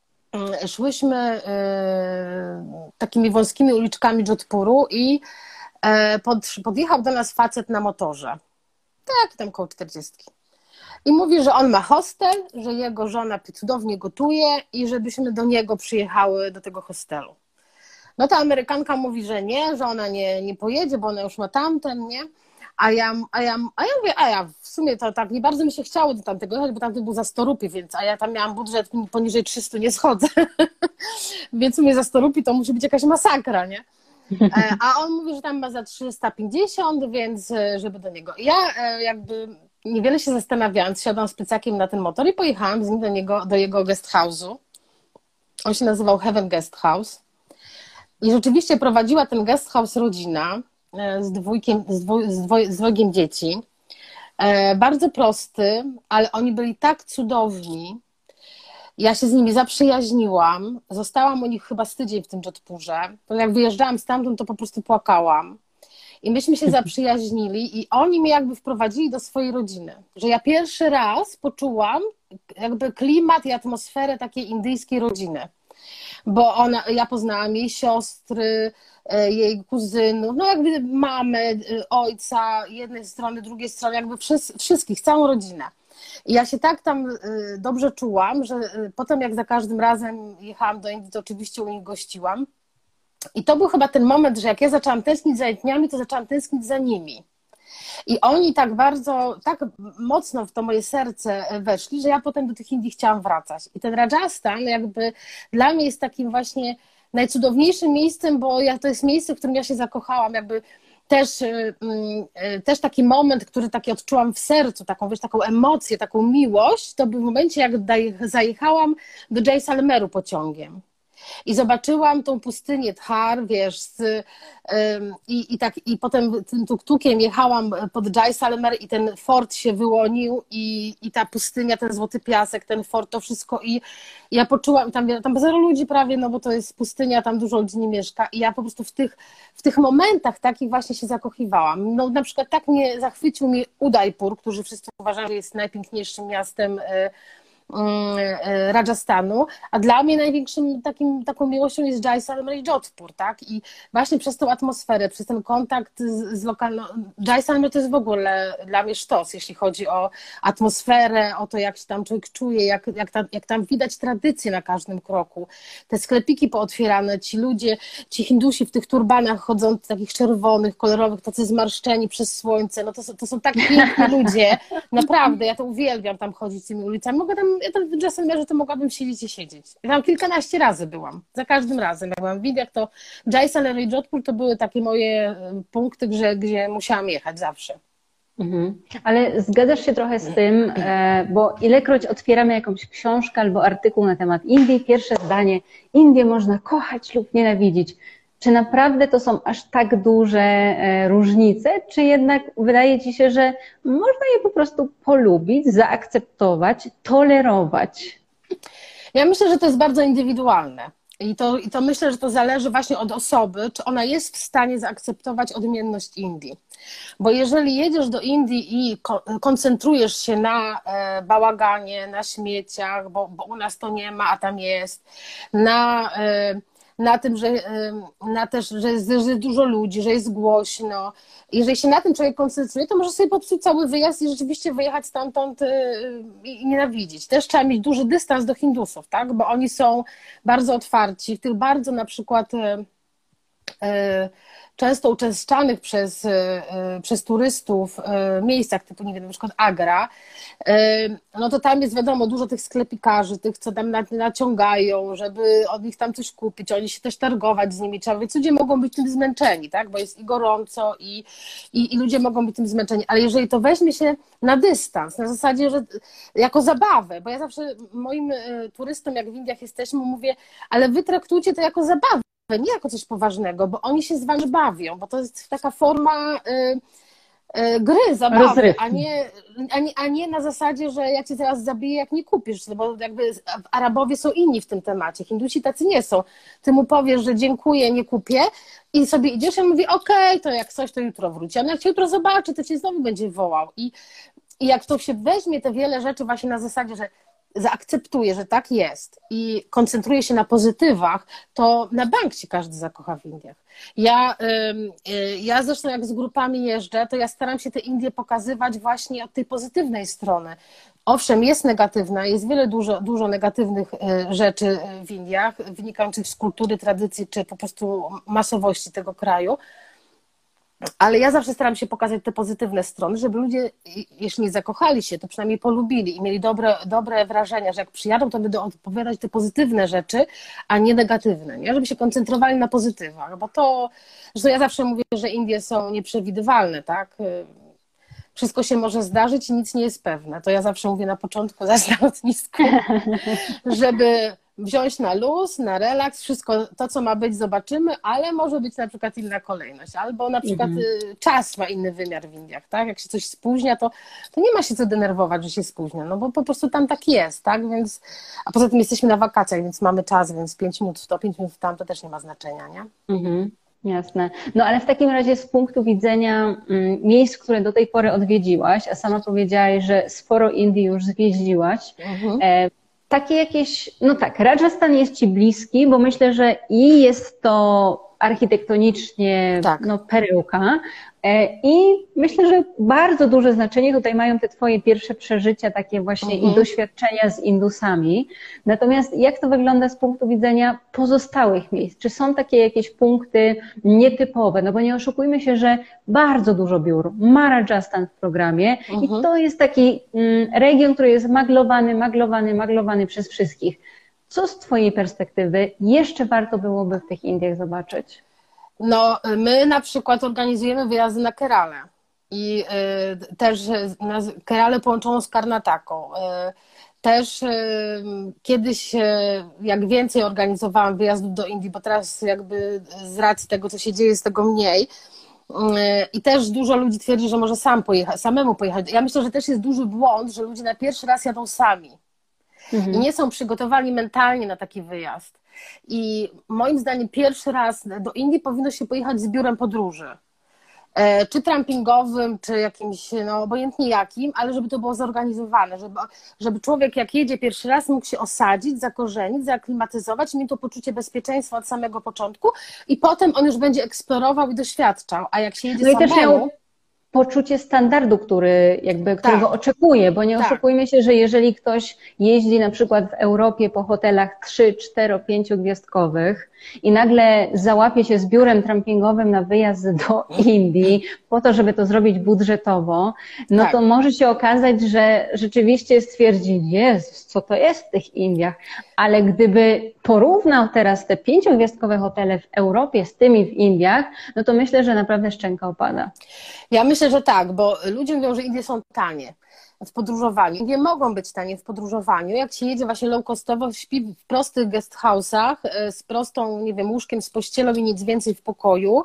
szłyśmy yy, takimi wąskimi uliczkami Jodhpuru i yy, pod, podjechał do nas facet na motorze. Tak, tam koło czterdziestki. I mówi, że on ma hostel, że jego żona cudownie gotuje i żebyśmy do niego przyjechały do tego hostelu. No ta Amerykanka mówi, że nie, że ona nie, nie pojedzie, bo ona już ma tamten, nie? A ja, a, ja, a ja mówię, a ja w sumie to tak nie bardzo mi się chciało do tamtego jechać, bo tamten był za sto rupii, więc a ja tam miałam budżet poniżej trzystu, nie schodzę. Więc mnie za sto rupii to musi być jakaś masakra, nie? A on mówi, że tam ma za trzysta pięćdziesiąt, więc żeby do niego. Ja jakby niewiele się zastanawiając, siadłam z plecakiem na ten motor i pojechałam z nim do, niego, do jego guest house'u. On się nazywał Heaven Guest House. I rzeczywiście prowadziła ten guest house rodzina z, dwójkiem, z, dwój, z, dwoj, z dwojgiem dzieci. Bardzo prosty, ale oni byli tak cudowni. Ja się z nimi zaprzyjaźniłam. Zostałam u nich chyba z tydzień w tym Jodhpurze. Jak wyjeżdżałam stamtąd, to po prostu płakałam. I myśmy się zaprzyjaźnili i oni mnie jakby wprowadzili do swojej rodziny. Że ja pierwszy raz poczułam jakby klimat i atmosferę takiej indyjskiej rodziny. Bo ona, ja poznałam jej siostry, jej kuzynów, no jakby mamę, ojca, jednej strony, drugiej strony, jakby wszystkich, całą rodzinę. I ja się tak tam dobrze czułam, że potem jak za każdym razem jechałam do Indii, to oczywiście u nich gościłam. I to był chyba ten moment, że jak ja zaczęłam tęsknić za Indniami, to zaczęłam tęsknić za nimi. I oni tak bardzo, tak mocno w to moje serce weszli, że ja potem do tych Indii chciałam wracać. I ten Rajasthan jakby dla mnie jest takim właśnie najcudowniejszym miejscem, bo ja, to jest miejsce, w którym ja się zakochałam, jakby też, też taki moment, który taki odczułam w sercu, taką, wiesz, taką emocję, taką miłość, to był w momencie, jak zajechałam do Jaisalmeru pociągiem. I zobaczyłam tą pustynię Thar, wiesz, z, i, i, tak, i potem tym tuk-tukiem jechałam pod Jaisalmer i ten fort się wyłonił i, i ta pustynia, ten złoty piasek, ten fort, to wszystko i ja poczułam, tam, tam zero ludzi prawie, no bo to jest pustynia, tam dużo ludzi nie mieszka i ja po prostu w tych, w tych momentach takich właśnie się zakochiwałam. No na przykład tak mnie zachwycił mi Udaipur, który wszyscy uważają, że jest najpiękniejszym miastem Rajasthanu, a dla mnie największym takim, taką miłością jest Jaisalmer i Jodhpur, tak? I właśnie przez tą atmosferę, przez ten kontakt z, z lokalną... Jaisalmer to jest w ogóle dla mnie sztos, jeśli chodzi o atmosferę, o to, jak się tam człowiek czuje, jak, jak, tam, jak tam widać tradycje na każdym kroku. Te sklepiki pootwierane, ci ludzie, ci Hindusi w tych turbanach chodzący, takich czerwonych, kolorowych, tacy zmarszczeni przez słońce, no to, to są tak piękni ludzie, naprawdę, ja to uwielbiam tam chodzić tymi ulicami, mogę tam ja tam w Jaisalmerze to mogłabym siedzieć i siedzieć. Ja tam kilkanaście razy byłam. Za każdym razem. Jak byłam w Indiach, to Jaisalmer i Jodhpur to były takie moje punkty, gdzie, gdzie musiałam jechać zawsze. Mhm. Ale zgadzasz się trochę z tym, bo ilekroć otwieramy jakąś książkę albo artykuł na temat Indii, pierwsze zdanie, Indię można kochać lub nienawidzić. Czy naprawdę to są aż tak duże różnice, czy jednak wydaje ci się, że można je po prostu polubić, zaakceptować, tolerować? Ja myślę, że to jest bardzo indywidualne. I to, I to myślę, że to zależy właśnie od osoby, czy ona jest w stanie zaakceptować odmienność Indii. Bo jeżeli jedziesz do Indii i koncentrujesz się na bałaganie, na śmieciach, bo, bo u nas to nie ma, a tam jest, na... na tym, że, na też, że, jest, że jest dużo ludzi, że jest głośno. Jeżeli się na tym człowiek koncentruje, to może sobie popsuć cały wyjazd i rzeczywiście wyjechać stamtąd i nienawidzić. Też trzeba mieć duży dystans do Hindusów, tak? Bo oni są bardzo otwarci, w tych bardzo na przykład często uczęszczanych przez, przez turystów miejscach typu, nie wiem, na przykład Agra, no to tam jest wiadomo dużo tych sklepikarzy, tych, co tam naciągają, żeby od nich tam coś kupić, oni się też targować z nimi trzeba, więc ludzie mogą być tym zmęczeni, tak? Bo jest i gorąco i, i, i ludzie mogą być tym zmęczeni, ale jeżeli to weźmie się na dystans, na zasadzie, że jako zabawę, bo ja zawsze moim turystom, jak w Indiach jesteśmy, mówię, ale wy traktujcie to jako zabawę, nie jako coś poważnego, bo oni się z wami bawią, bo to jest taka forma y, y, gry, zabawy, a nie, a, nie, a nie na zasadzie, że ja cię zaraz zabiję, jak nie kupisz, bo jakby Arabowie są inni w tym temacie, Hindusi tacy nie są. Ty mu powiesz, że dziękuję, nie kupię i sobie idziesz i on mówi, okej, okay, to jak coś, to jutro wróci, a jak cię jutro zobaczy, to cię znowu będzie wołał. I, i jak to się weźmie te wiele rzeczy właśnie na zasadzie, że zaakceptuje, że tak jest i koncentruje się na pozytywach, to na bank się każdy zakocha w Indiach. Ja, ja zresztą jak z grupami jeżdżę, to ja staram się te Indie pokazywać właśnie od tej pozytywnej strony. Owszem, jest negatywna, jest wiele dużo, dużo negatywnych rzeczy w Indiach, wynikających z kultury, tradycji, czy po prostu masowości tego kraju, ale ja zawsze staram się pokazać te pozytywne strony, żeby ludzie, jeśli nie zakochali się, to przynajmniej polubili i mieli dobre, dobre wrażenia, że jak przyjadą, to będą odpowiadać te pozytywne rzeczy, a nie negatywne, nie? Żeby się koncentrowali na pozytywach, bo to, że ja zawsze mówię, że Indie są nieprzewidywalne, tak? Wszystko się może zdarzyć i nic nie jest pewne. To ja zawsze mówię na początku, zaś na lotnisku, żeby wziąć na luz, na relaks, wszystko to, co ma być, zobaczymy, ale może być na przykład inna kolejność, albo na przykład mhm. czas ma inny wymiar w Indiach, tak? Jak się coś spóźnia, to, to nie ma się co denerwować, że się spóźnia, no bo po prostu tam tak jest, tak? Więc, a poza tym jesteśmy na wakacjach, więc mamy czas, więc pięć minut w to, pięć minut w tam, to też nie ma znaczenia, nie? Mhm. Jasne. No ale w takim razie z punktu widzenia miejsc, które do tej pory odwiedziłaś, a sama powiedziałaś, że sporo Indii już zwiedziłaś, mhm. e, takie jakieś, no tak, Rajasthan jest ci bliski, bo myślę, że i jest to architektonicznie Tak. no, perełka. I myślę, że bardzo duże znaczenie tutaj mają te twoje pierwsze przeżycia, takie właśnie Mhm. i doświadczenia z Indusami. Natomiast jak to wygląda z punktu widzenia pozostałych miejsc? Czy są takie jakieś punkty nietypowe? No bo nie oszukujmy się, że bardzo dużo biur ma Rajasthan w programie Mhm. i to jest taki mm, region, który jest maglowany, maglowany, maglowany przez wszystkich. Co z twojej perspektywy jeszcze warto byłoby w tych Indiach zobaczyć? No, my na przykład organizujemy wyjazdy na Keralę i y, też na Keralę połączoną z Karnataką. Y, też y, kiedyś, y, jak więcej organizowałam wyjazdów do Indii, bo teraz jakby z racji tego, co się dzieje, jest tego mniej. Y, I też dużo ludzi twierdzi, że może sam pojechać, samemu pojechać. Ja myślę, że też jest duży błąd, że ludzie na pierwszy raz jadą sami Mhm. i nie są przygotowani mentalnie na taki wyjazd. I moim zdaniem pierwszy raz do Indii powinno się pojechać z biurem podróży. Czy trampingowym, czy jakimś, no obojętnie jakim, ale żeby to było zorganizowane, żeby, żeby człowiek jak jedzie pierwszy raz mógł się osadzić, zakorzenić, zaaklimatyzować, mieć to poczucie bezpieczeństwa od samego początku i potem on już będzie eksplorował i doświadczał, a jak się jedzie No i samemu... też miał poczucie standardu, który jakby, którego Tak. oczekuje, bo nie Tak. oszukujmy się, że jeżeli ktoś jeździ na przykład w Europie po hotelach trzy, cztery, pięciogwiazdkowych i nagle załapie się z biurem trampingowym na wyjazd do Indii po to, żeby to zrobić budżetowo, no Tak. to może się okazać, że rzeczywiście stwierdzi, Jezus, co to jest w tych Indiach, ale gdyby porównał teraz te pięciogwiazdkowe hotele w Europie z tymi w Indiach, no to myślę, że naprawdę szczęka opada. Ja myślę, że tak, bo ludzie mówią, że Indie są tanie w podróżowaniu. Indie mogą być tanie w podróżowaniu, jak się jedzie właśnie low costowo, śpi w prostych guest house'ach z prostą, nie wiem, łóżkiem, z pościelą i nic więcej w pokoju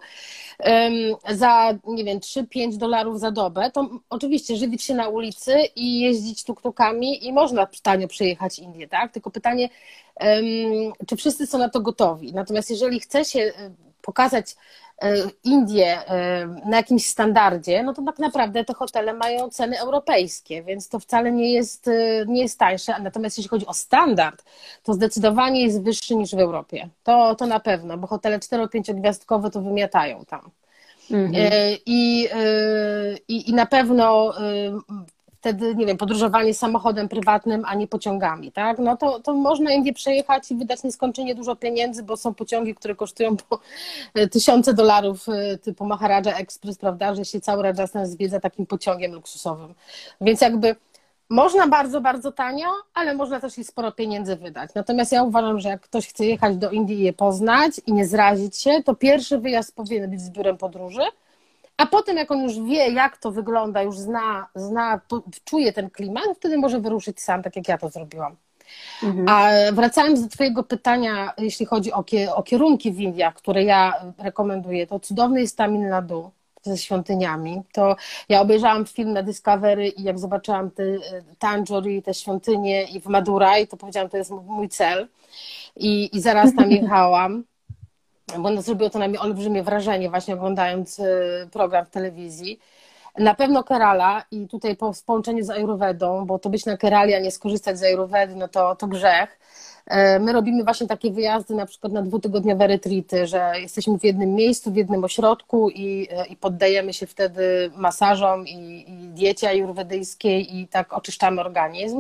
za, nie wiem, trzy pięć dolarów za dobę, to oczywiście żywić się na ulicy i jeździć tuk-tukami i można tanio przejechać Indię, tak? Tylko pytanie, czy wszyscy są na to gotowi? Natomiast jeżeli chce się pokazać Indie na jakimś standardzie, no to tak naprawdę te hotele mają ceny europejskie, więc to wcale nie jest, nie jest tańsze. Natomiast jeśli chodzi o standard, to zdecydowanie jest wyższy niż w Europie. To, to na pewno, bo hotele cztero-pięciogwiazdkowe to wymiatają tam. Mhm. I, i, I na pewno wtedy, nie wiem, podróżowanie samochodem prywatnym, a nie pociągami, tak? No to, to można Indię przejechać i wydać nieskończenie dużo pieniędzy, bo są pociągi, które kosztują po tysiące dolarów, typu Maharaja Express, prawda, że się cały Rajasthan zwiedza takim pociągiem luksusowym. Więc jakby można bardzo, bardzo tanio, ale można też i sporo pieniędzy wydać. Natomiast ja uważam, że jak ktoś chce jechać do Indii i je poznać i nie zrazić się, to pierwszy wyjazd powinien być z biurem podróży, a potem jak on już wie, jak to wygląda, już zna, zna, czuje ten klimat, wtedy może wyruszyć sam, tak jak ja to zrobiłam. Mhm. A wracając do twojego pytania, jeśli chodzi o, o kierunki w Indiach, które ja rekomenduję, to cudowny jest Tamil Nadu ze świątyniami. To ja obejrzałam film na Discovery i jak zobaczyłam te Tanjore, te świątynie i w Madurai, to powiedziałam, to jest mój cel. I, i zaraz tam jechałam. Bo no, zrobiło to na mnie olbrzymie wrażenie właśnie oglądając program w telewizji. Na pewno Kerala i tutaj po, w połączeniu z Ayurvedą, bo to być na Kerali, a nie skorzystać z Ayurvedy, no to, to grzech. My robimy właśnie takie wyjazdy na przykład na dwutygodniowe retreaty, że jesteśmy w jednym miejscu, w jednym ośrodku i, i poddajemy się wtedy masażom i, i diecie ajurwedyjskiej i tak oczyszczamy organizm.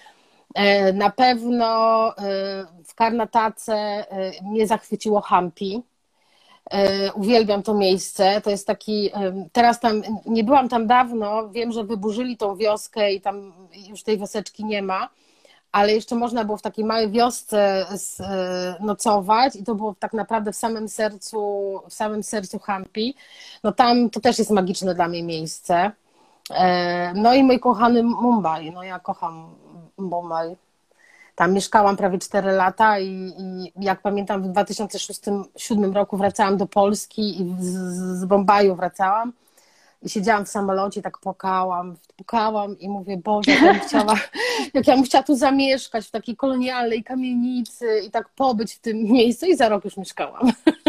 Na pewno w Karnatace mnie zachwyciło Hampi. Uwielbiam to miejsce. To jest taki, teraz tam, nie byłam tam dawno, wiem, że wyburzyli tą wioskę i tam już tej wioseczki nie ma, ale jeszcze można było w takiej małej wiosce nocować i to było tak naprawdę w samym sercu, w samym sercu Hampi. No tam to też jest magiczne dla mnie miejsce. No i mój kochany Mumbai. No ja kocham Mumbai. Tam mieszkałam prawie cztery lata i, i jak pamiętam w dwa tysiące siódmym roku wracałam do Polski i z, z Bombaju wracałam i siedziałam w samolocie, tak płakałam, pukałam i mówię, Boże, jak ja bym chciała, jak ja bym chciała tu zamieszkać w takiej kolonialnej kamienicy i tak pobyć w tym miejscu i za rok już mieszkałam.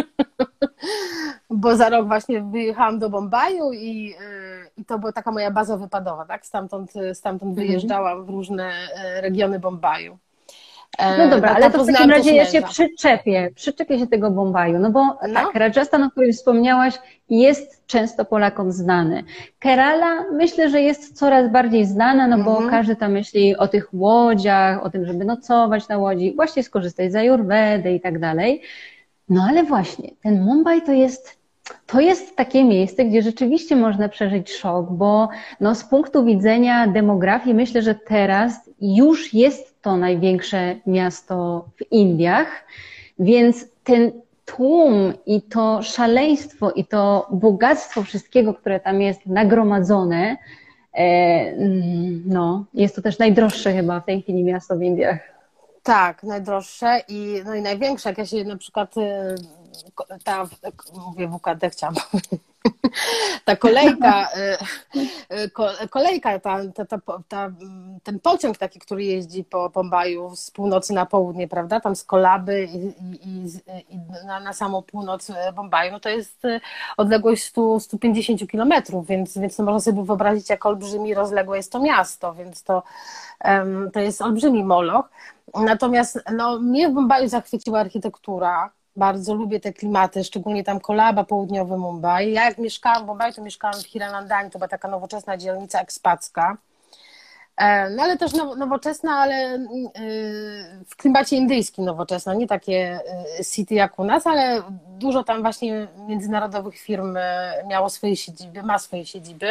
Bo za rok właśnie wyjechałam do Bombaju i, i to była taka moja baza wypadowa, tak? Stamtąd, stamtąd wyjeżdżałam w różne regiony Bombaju. No dobra, ale to w takim razie ja się męża. przyczepię, przyczepię się tego Bombaju, no bo No. tak, Rajasthan, o którym wspomniałaś, jest często Polakom znany. Kerala myślę, że jest coraz bardziej znana, no bo Mhm. każdy tam myśli o tych łodziach, o tym, żeby nocować na łodzi, właśnie skorzystać z ajurvedy i tak dalej. No ale właśnie, ten Mumbai to jest, to jest takie miejsce, gdzie rzeczywiście można przeżyć szok, bo no, z punktu widzenia demografii myślę, że teraz już jest to największe miasto w Indiach, więc ten tłum i to szaleństwo i to bogactwo wszystkiego, które tam jest nagromadzone, e, no, jest to też najdroższe chyba w tej chwili miasto w Indiach. Tak, najdroższe i, no i największe. Jak ja się na przykład y, ta, mówię W K D, chciałam ta kolejka, y, y, ko- kolejka ta, ta, ta, ta, ten pociąg taki, który jeździ po Bombaju z północy na południe, prawda, tam z Kolaby i, i, i, i na, na samą północ Bombaju, no to jest odległość sto, sto pięćdziesiąt kilometrów, więc, więc no można sobie wyobrazić, jak olbrzymi rozległe jest to miasto, więc to, um, to jest olbrzymi moloch. Natomiast no, mnie w Mumbaiu zachwyciła architektura. Bardzo lubię te klimaty, szczególnie tam Kolaba, południowy Mumbai. Ja jak mieszkałam w Mumbaiu, to mieszkałam w Hiranandani, to była taka nowoczesna dzielnica ekspacka. No ale też nowoczesna, ale w klimacie indyjskim nowoczesna, nie takie city jak u nas, ale dużo tam właśnie międzynarodowych firm miało swoje siedziby, ma swoje siedziby.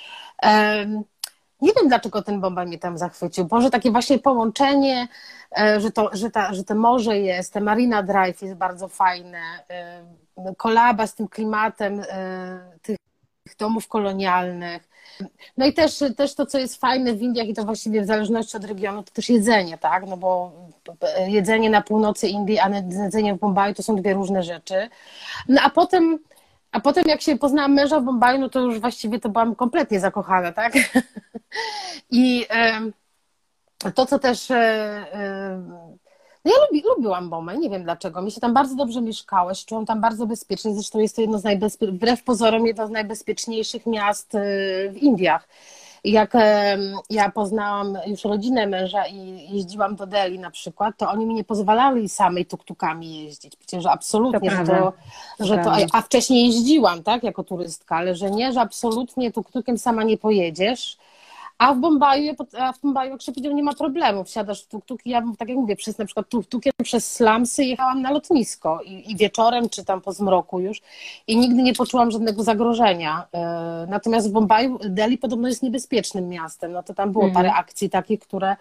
Nie wiem, dlaczego ten Bombaj mnie tam zachwycił. Może takie właśnie połączenie, że to, że, ta, że to morze jest, te Marina Drive jest bardzo fajne, Kolaba z tym klimatem tych domów kolonialnych. No i też, też to, co jest fajne w Indiach i to właściwie w zależności od regionu, to też jedzenie, tak? No bo jedzenie na północy Indii, a jedzenie w Bombaju to są dwie różne rzeczy. No a potem A potem jak się poznałam męża w Bombaju, no to już właściwie to byłam kompletnie zakochana, tak? I to, co też... No ja lubi, lubiłam Bombaj, nie wiem dlaczego. Mi się tam bardzo dobrze mieszkało, się czułam tam bardzo bezpiecznie. Zresztą jest to jedno z najbezpie... wbrew pozorom jedno z najbezpieczniejszych miast w Indiach. Jak ja poznałam już rodzinę męża i jeździłam do Delhi na przykład, to oni mi nie pozwalali samej tuk-tukami jeździć. Przecież absolutnie, To że prawda. to, że to, a wcześniej jeździłam, tak, jako turystka, ale że nie, że absolutnie tuk-tukiem sama nie pojedziesz. A w Bombaju, a w Bombaju, jak się powiedział, nie ma problemu. Wsiadasz w tuk-tuk i ja, tak jak mówię, przez na przykład tuk-tukiem przez slumsy jechałam na lotnisko i, i wieczorem, czy tam po zmroku już i nigdy nie poczułam żadnego zagrożenia. Natomiast w Bombaju, Delhi podobno jest niebezpiecznym miastem. No to tam było mm. parę akcji takich, które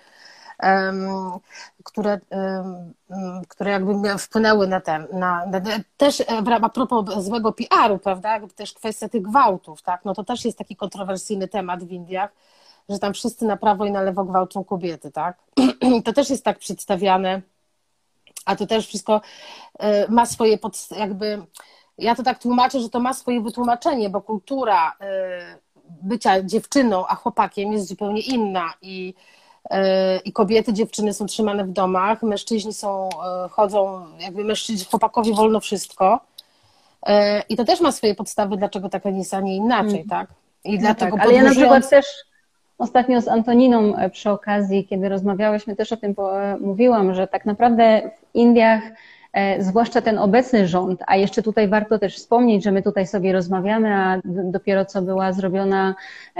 Um, które, um, które jakby wpłynęły na ten, na, na, też a propos złego P R u, prawda, jakby też kwestia tych gwałtów, tak, no to też jest taki kontrowersyjny temat w Indiach, że tam wszyscy na prawo i na lewo gwałcą kobiety, tak, to też jest tak przedstawiane, a to też wszystko ma swoje pod, jakby, ja to tak tłumaczę, że to ma swoje wytłumaczenie, bo kultura bycia dziewczyną, a chłopakiem jest zupełnie inna i i kobiety, dziewczyny są trzymane w domach, mężczyźni są, chodzą, jakby mężczyźni, chłopakowi wolno wszystko. I to też ma swoje podstawy, dlaczego tak, a nie inaczej, mm. tak? I no dlatego tak, ale ja na podróżując... przykład też ostatnio z Antoniną przy okazji, kiedy rozmawiałyśmy, też o tym mówiłam, że tak naprawdę w Indiach, zwłaszcza ten obecny rząd, a jeszcze tutaj warto też wspomnieć, że my tutaj sobie rozmawiamy, a dopiero co była zrobiona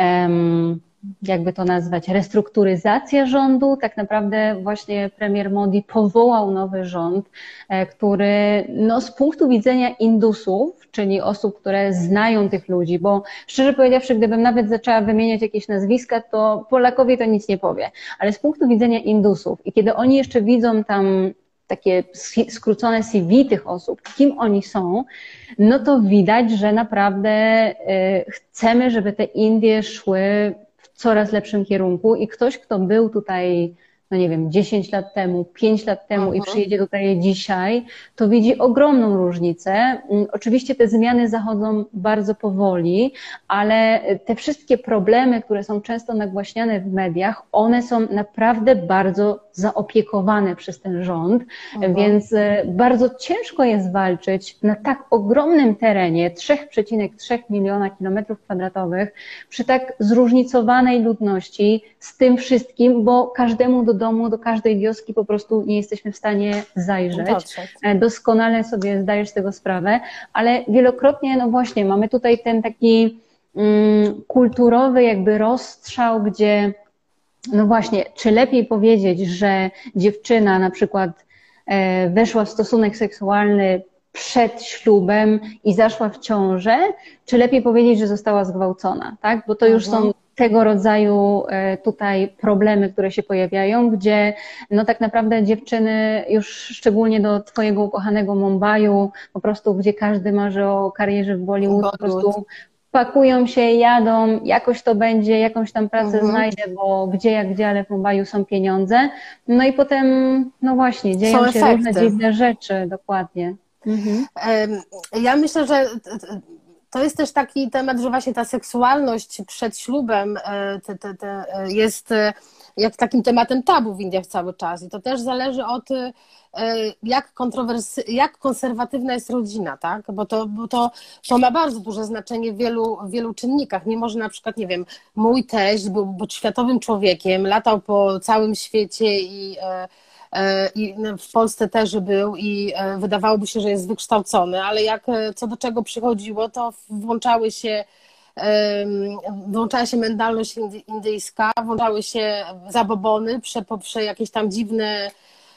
um, jakby to nazwać, restrukturyzacja rządu. Tak naprawdę właśnie premier Modi powołał nowy rząd, który no, z punktu widzenia Indusów, czyli osób, które znają tych ludzi, bo szczerze powiedziawszy, gdybym nawet zaczęła wymieniać jakieś nazwiska, to Polakowi to nic nie powie, ale z punktu widzenia Indusów i kiedy oni jeszcze widzą tam takie skrócone C V tych osób, kim oni są, no to widać, że naprawdę chcemy, żeby te Indie szły w coraz lepszym kierunku i ktoś, kto był tutaj, no nie wiem, dziesięć lat temu, pięć lat temu i przyjedzie tutaj dzisiaj, to widzi ogromną różnicę. Oczywiście te zmiany zachodzą bardzo powoli, ale te wszystkie problemy, które są często nagłaśniane w mediach, one są naprawdę bardzo zaopiekowane przez ten rząd, mhm. więc bardzo ciężko jest walczyć na tak ogromnym terenie trzy przecinek trzy miliona kilometrów kwadratowych przy tak zróżnicowanej ludności z tym wszystkim, bo każdemu do domu, do każdej wioski po prostu nie jesteśmy w stanie zajrzeć. Dotrzeć. Doskonale sobie zdajesz z tego sprawę, ale wielokrotnie, no właśnie, mamy tutaj ten taki mm, kulturowy jakby rozstrzał, gdzie no właśnie, czy lepiej powiedzieć, że dziewczyna na przykład e, weszła w stosunek seksualny przed ślubem i zaszła w ciążę, czy lepiej powiedzieć, że została zgwałcona, tak? Bo to już Mhm. są tego rodzaju tutaj problemy, które się pojawiają, gdzie no tak naprawdę dziewczyny już szczególnie do twojego ukochanego Mumbaiu, po prostu gdzie każdy marzy o karierze w Bollywood, Bollywood. po prostu pakują się, jadą, jakoś to będzie, jakąś tam pracę Mhm. znajdę, bo gdzie jak gdzie, ale w Mumbaiu są pieniądze. No i potem, no właśnie, dzieją Są się efekty. różne dziwne rzeczy, dokładnie. Mhm. Ja myślę, że to jest też taki temat, że właśnie ta seksualność przed ślubem te, te, te jest jak takim tematem tabu w Indiach cały czas. I to też zależy od jak, kontrowersy, jak konserwatywna jest rodzina, tak? Bo, to, bo to, to ma bardzo duże znaczenie w wielu, wielu czynnikach. Nie może na przykład, nie wiem, mój teść był, był światowym człowiekiem, latał po całym świecie i i w Polsce też był i wydawałoby się, że jest wykształcony, ale jak co do czego przychodziło, to włączały się, włączała się mentalność indyjska, włączały się zabobony, prze, prze jakieś tam dziwne,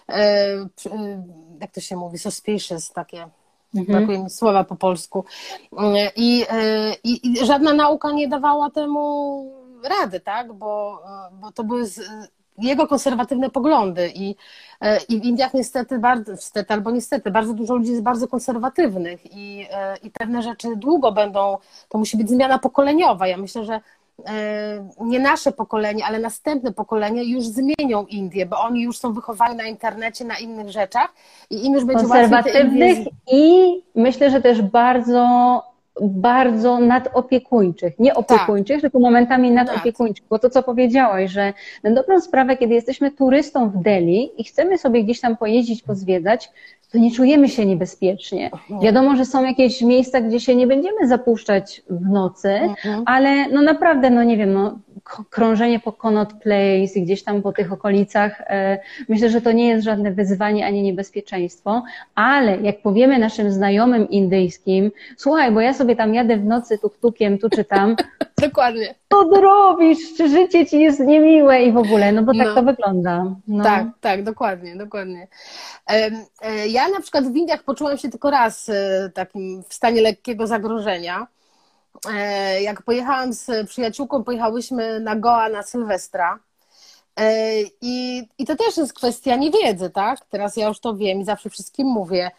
jak to się mówi, suspicious takie. Mhm. Brakuje mi słowa po polsku. I, i, i żadna nauka nie dawała temu rady, tak? Bo, bo to były z, jego konserwatywne poglądy i, i w Indiach niestety, bardzo, niestety albo niestety, bardzo dużo ludzi jest bardzo konserwatywnych i, i pewne rzeczy długo będą, to musi być zmiana pokoleniowa. Ja myślę, że nie nasze pokolenie, ale następne pokolenie już zmienią Indię, bo oni już są wychowani na internecie, na innych rzeczach i im już będzie łatwiej te konserwatywnych i myślę, że też bardzo bardzo nadopiekuńczych, nie opiekuńczych, tak. tylko momentami nadopiekuńczych, bo to co powiedziałaś, że na dobrą sprawę, kiedy jesteśmy turystą w Delhi i chcemy sobie gdzieś tam pojeździć, pozwiedzać, to nie czujemy się niebezpiecznie. Wiadomo, że są jakieś miejsca, gdzie się nie będziemy zapuszczać w nocy, mhm. ale no naprawdę, no nie wiem, no krążenie po Connaught Place i gdzieś tam po tych okolicach, e, myślę, że to nie jest żadne wyzwanie ani niebezpieczeństwo, ale jak powiemy naszym znajomym indyjskim, słuchaj, bo ja sobie tam jadę w nocy tuk-tukiem, tu czy tam. Dokładnie. Co ty robisz? Czy życie ci jest niemiłe i w ogóle, no bo tak no. to wygląda. No. Tak, tak, dokładnie, dokładnie. Ja na przykład w Indiach poczułam się tylko raz takim w stanie lekkiego zagrożenia. Jak pojechałam z przyjaciółką, pojechałyśmy na Goa na Sylwestra i, i to też jest kwestia niewiedzy, tak? Teraz ja już to wiem i zawsze wszystkim mówię,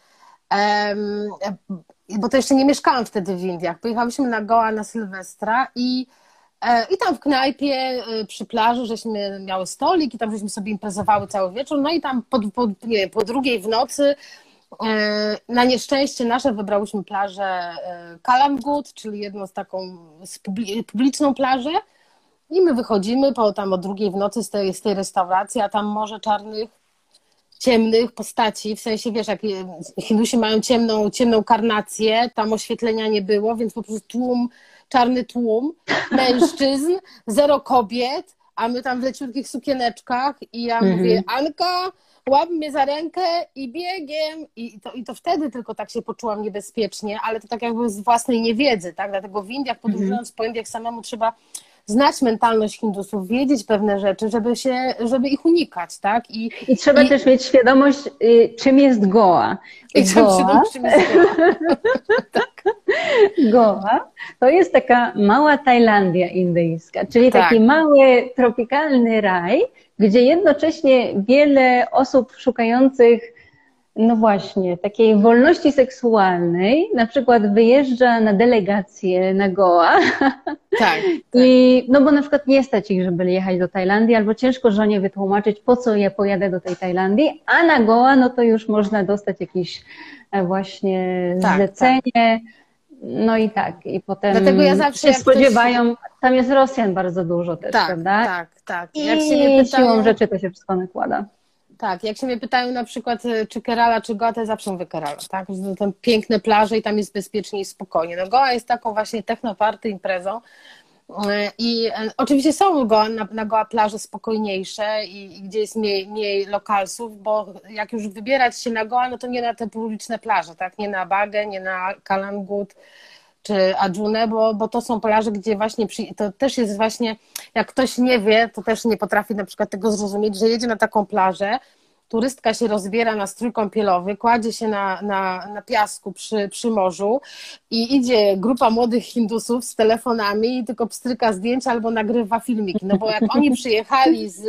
bo to jeszcze nie mieszkałam wtedy w Indiach. Pojechałyśmy na Goa na Sylwestra i, i tam w knajpie przy plaży żeśmy miały stolik i tam żeśmy sobie imprezowały cały wieczór, no i tam po, po, nie wiem, po drugiej w nocy na nieszczęście nasze wybrałyśmy plażę Kalam Good, czyli jedną z taką z publiczną plażę i my wychodzimy po tam o drugiej w nocy z tej, z tej restauracji, a tam morze czarnych, ciemnych postaci, w sensie wiesz, jak Hindusi mają ciemną, ciemną karnację, tam oświetlenia nie było, więc po prostu tłum, czarny tłum mężczyzn, zero kobiet, a my tam w leciutkich sukieneczkach i ja mhm. mówię, Anka, łap mnie za rękę i biegiem. I to, I to wtedy tylko tak się poczułam niebezpiecznie, ale to tak jakby z własnej niewiedzy, tak? Dlatego w Indiach, podróżując mm-hmm. po Indiach samemu trzeba znać mentalność Hindusów, wiedzieć pewne rzeczy, żeby się, żeby ich unikać, tak? I, I trzeba i... też mieć świadomość, y, czym jest Goa. I trzeba świadomość, czym jest Goa. tak. Goa to jest taka mała Tajlandia indyjska, czyli tak. taki mały, tropikalny raj, gdzie jednocześnie wiele osób szukających, no właśnie, takiej wolności seksualnej, na przykład wyjeżdża na delegację na Goa. Tak, I, no bo na przykład nie stać ich, żeby jechać do Tajlandii, albo ciężko żonie wytłumaczyć, po co ja pojadę do tej Tajlandii, a na Goa, no to już można dostać jakieś właśnie tak, zlecenie. Tak. No i tak, i potem Dlatego ja zawsze się spodziewają, ktoś... tam jest Rosjan bardzo dużo też, tak, prawda? Tak, tak. I jak się mnie pytają... siłą rzeczy to się wszystko nakłada. Tak, jak się mnie pytają na przykład czy Kerala, czy Goa, to ja zawsze mówię Kerala, tak? Że tam piękne plaże i tam jest bezpiecznie i spokojnie. No Goa jest taką właśnie technoparty imprezą, I oczywiście są Goa, na, na Goa plaże spokojniejsze i, i gdzie jest mniej, mniej lokalsów, bo jak już wybierać się na Goa, no to nie na te publiczne plaże, tak? Nie na Bagę, nie na Kalangut czy Adjunę, bo, bo to są plaże, gdzie właśnie przy, to też jest właśnie, jak ktoś nie wie, to też nie potrafi na przykład tego zrozumieć, że jedzie na taką plażę, turystka się rozbiera na strój kąpielowy, kładzie się na, na, na piasku przy, przy morzu i idzie grupa młodych Hindusów z telefonami i tylko pstryka zdjęcia albo nagrywa filmiki. No bo jak oni przyjechali z,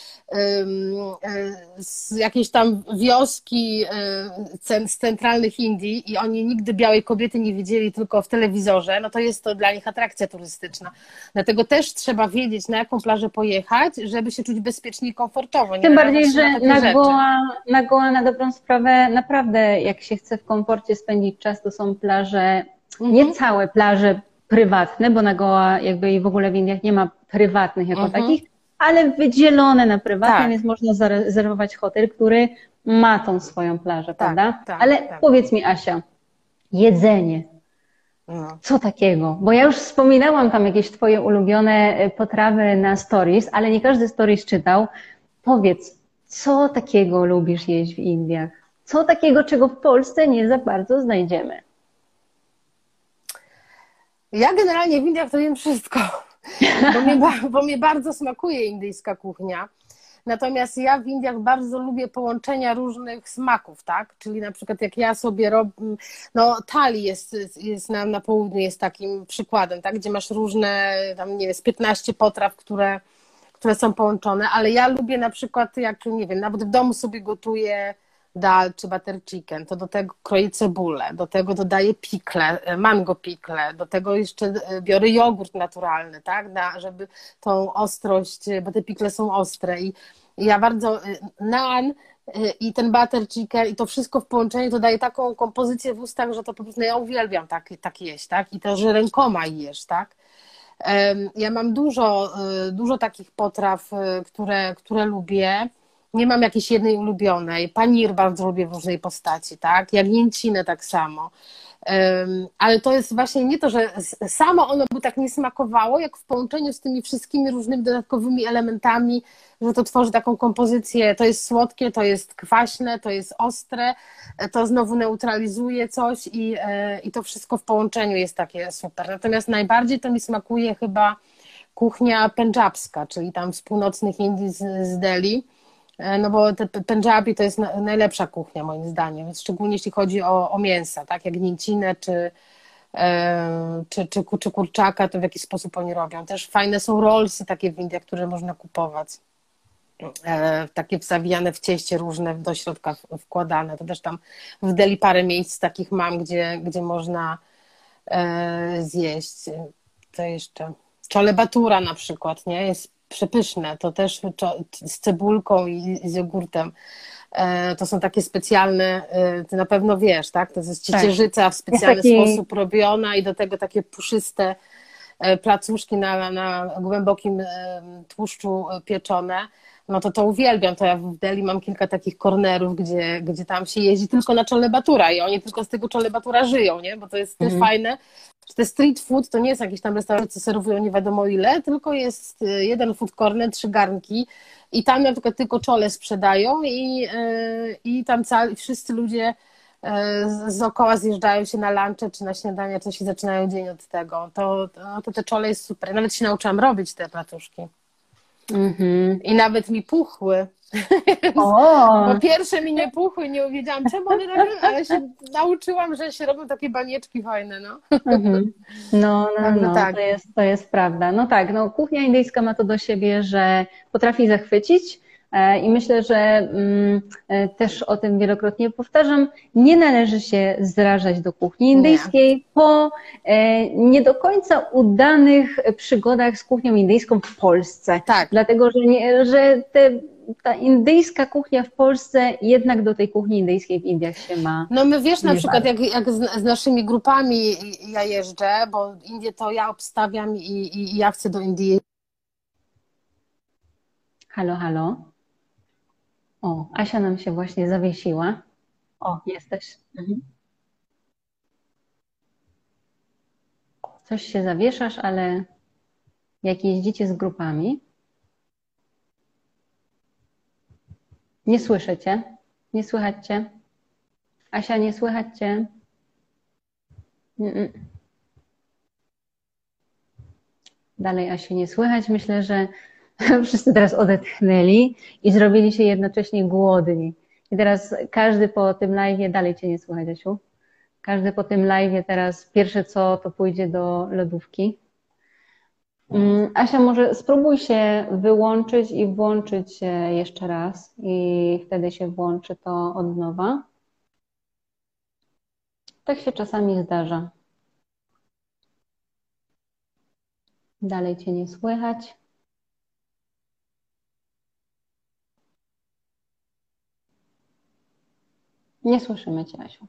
z jakiejś tam wioski z centralnych Indii i oni nigdy białej kobiety nie widzieli tylko w telewizorze, no to jest to dla nich atrakcja turystyczna. Dlatego też trzeba wiedzieć, na jaką plażę pojechać, żeby się czuć bezpiecznie i komfortowo. Nie Tym bardziej, że na, na Goa, na Goa na dobrą sprawę naprawdę jak się chce w komforcie spędzić czas, to są plaże, mhm. nie całe plaże prywatne, bo na Goa jakby i w ogóle w Indiach nie ma prywatnych jako mhm. takich, ale wydzielone na prywatne, tak. Więc można zarezerwować hotel, który ma tą swoją plażę, tak, prawda? Tak, ale tak. Powiedz mi, Asia, jedzenie. No. Co takiego? Bo ja już wspominałam tam jakieś twoje ulubione potrawy na stories, ale nie każdy stories czytał. Powiedz, co takiego lubisz jeść w Indiach? Co takiego, czego w Polsce nie za bardzo znajdziemy? Ja generalnie w Indiach to jem wszystko, bo mnie, bo mnie bardzo smakuje indyjska kuchnia. Natomiast ja w Indiach bardzo lubię połączenia różnych smaków, tak? Czyli na przykład jak ja sobie robię, no thali jest, jest na, na południu jest takim przykładem, tak? Gdzie masz różne, tam nie wiem, z piętnaście potraw, które, które są połączone, ale ja lubię na przykład, jak nie wiem, nawet w domu sobie gotuję dal czy butter chicken, to do tego kroję cebulę, do tego dodaję pikle, mango pikle, do tego jeszcze biorę jogurt naturalny, tak, Na, żeby tą ostrość, bo te pikle są ostre i ja bardzo, naan i ten butter chicken i to wszystko w połączeniu to daje taką kompozycję w ustach, że to po prostu ja uwielbiam tak, tak jeść, tak, i to, że rękoma jesz, tak. Ja mam dużo, dużo takich potraw, które, które lubię. Nie mam jakiejś jednej ulubionej. Panir bardzo lubię w różnej postaci, tak? Jagnięcinę tak samo. Um, ale to jest właśnie nie to, że samo ono by tak nie smakowało, jak w połączeniu z tymi wszystkimi różnymi dodatkowymi elementami, że to tworzy taką kompozycję, to jest słodkie, to jest kwaśne, to jest ostre, to znowu neutralizuje coś i, i to wszystko w połączeniu jest takie super. Natomiast najbardziej to mi smakuje chyba kuchnia pendżabska, czyli tam z północnych Indii, z, z Delhi. No bo te Pendżabi to jest najlepsza kuchnia moim zdaniem, szczególnie jeśli chodzi o, o mięsa, tak jak mięcinę czy, czy, czy, czy kurczaka, to w jakiś sposób oni robią. Też fajne są rollsy takie w Indiach, które można kupować, takie zawijane w cieście różne, do środka wkładane. To też tam w Delhi parę miejsc takich mam, gdzie, gdzie można zjeść. Co jeszcze? Chole bhatura na przykład, nie? Jest przepyszne, to też z cebulką i z jogurtem. To są takie specjalne, ty na pewno wiesz, tak? To jest ciecierzyca w specjalny taki... sposób robiona i do tego takie puszyste placuszki na, na głębokim tłuszczu pieczone. No to to uwielbiam. To ja w Delhi mam kilka takich kornerów, gdzie, gdzie tam się jeździ tylko na chole bhatura i oni tylko z tego chole bhatura żyją, nie? Bo to jest też mm. fajne. Te street food to nie jest jakiś tam restauracja, co serwują nie wiadomo ile, tylko jest jeden food corner, trzy garnki i tam na przykład tylko czole sprzedają i, i tam cali, wszyscy ludzie z okoła zjeżdżają się na lunche czy na śniadanie, coś i zaczynają dzień od tego. To, to, to te czole jest super. Nawet się nauczyłam robić te placuszki. Mm-hmm. I nawet mi puchły. O. Bo pierwsze mi nie puchły, nie wiedziałam czemu one robią, ale się nauczyłam, że się robią takie banieczki fajne, no. Mm-hmm. No, no, no, no tak. to, jest, to jest prawda. No tak, no kuchnia indyjska ma to do siebie, że potrafi zachwycić i myślę, że mm, też o tym wielokrotnie powtarzam, nie należy się zrażać do kuchni indyjskiej nie. po e, nie do końca udanych przygodach z kuchnią indyjską w Polsce. Tak. Dlatego, że, nie, że te, ta indyjska kuchnia w Polsce jednak do tej kuchni indyjskiej w Indiach się ma. No my wiesz na przykład jak, jak z, z naszymi grupami ja jeżdżę, bo Indie to ja obstawiam i, i, i ja chcę do Indii. Halo, halo? O, Asia nam się właśnie zawiesiła. O, jesteś. Mhm. Coś się zawieszasz, ale jak jeździcie z grupami? Nie słyszę cię. Nie słychać cię. Asia, nie słychać cię. Mm-mm. Dalej Asi nie słychać. Myślę, że wszyscy teraz odetchnęli i zrobili się jednocześnie głodni. I teraz każdy po tym live'ie, dalej cię nie słychać, Asiu. Każdy po tym live'ie teraz pierwsze co, to pójdzie do lodówki. Asia, może spróbuj się wyłączyć i włączyć jeszcze raz i wtedy się włączy to od nowa. Tak się czasami zdarza. Dalej cię nie słychać. Nie słyszymy cię, Asiu.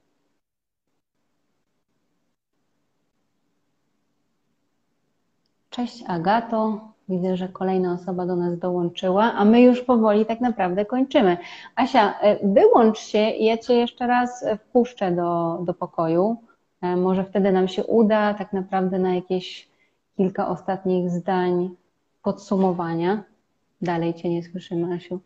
Cześć Agato. Widzę, że kolejna osoba do nas dołączyła, a my już powoli tak naprawdę kończymy. Asia, wyłącz się i ja cię jeszcze raz wpuszczę do, do pokoju. Może wtedy nam się uda tak naprawdę na jakieś kilka ostatnich zdań podsumowania. Dalej cię nie słyszymy, Asiu.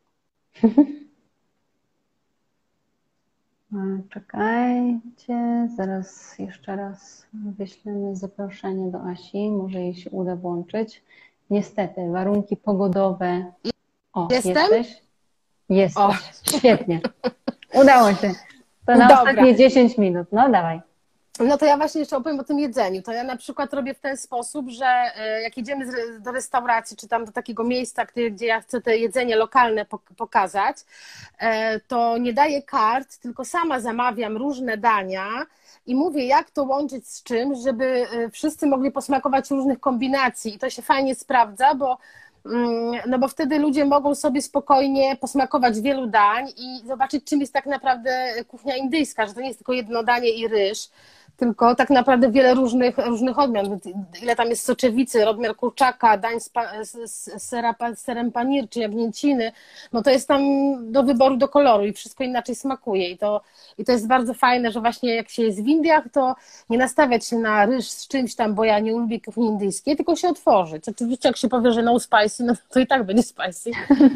Czekajcie, zaraz jeszcze raz wyślemy zaproszenie do Asi, może jej się uda włączyć. Niestety, warunki pogodowe. O, Jestem? jesteś? Jesteś, O. Świetnie. Udało się. To na Dobra. ostatnie dziesięć minut, no dawaj. No to ja właśnie jeszcze opowiem o tym jedzeniu. To ja na przykład robię w ten sposób, że jak jedziemy do restauracji, czy tam do takiego miejsca, gdzie ja chcę to jedzenie lokalne pokazać, to nie daję kart, tylko sama zamawiam różne dania i mówię, jak to łączyć z czym, żeby wszyscy mogli posmakować różnych kombinacji. I to się fajnie sprawdza, bo no bo wtedy ludzie mogą sobie spokojnie posmakować wielu dań i zobaczyć, czym jest tak naprawdę kuchnia indyjska, że to nie jest tylko jedno danie i ryż, tylko tak naprawdę wiele różnych, różnych odmian. Ile tam jest soczewicy, rozmiar kurczaka, dań z, z, z, sera, z serem panir czy jagnięciny, no to jest tam do wyboru, do koloru i wszystko inaczej smakuje. I to, i to jest bardzo fajne, że właśnie jak się jest w Indiach, to nie nastawiać się na ryż z czymś tam, bo ja nie lubię kuchni indyjskiej, tylko się otworzyć. Oczywiście jak się powie, że no spicy, no to i tak będzie spicy,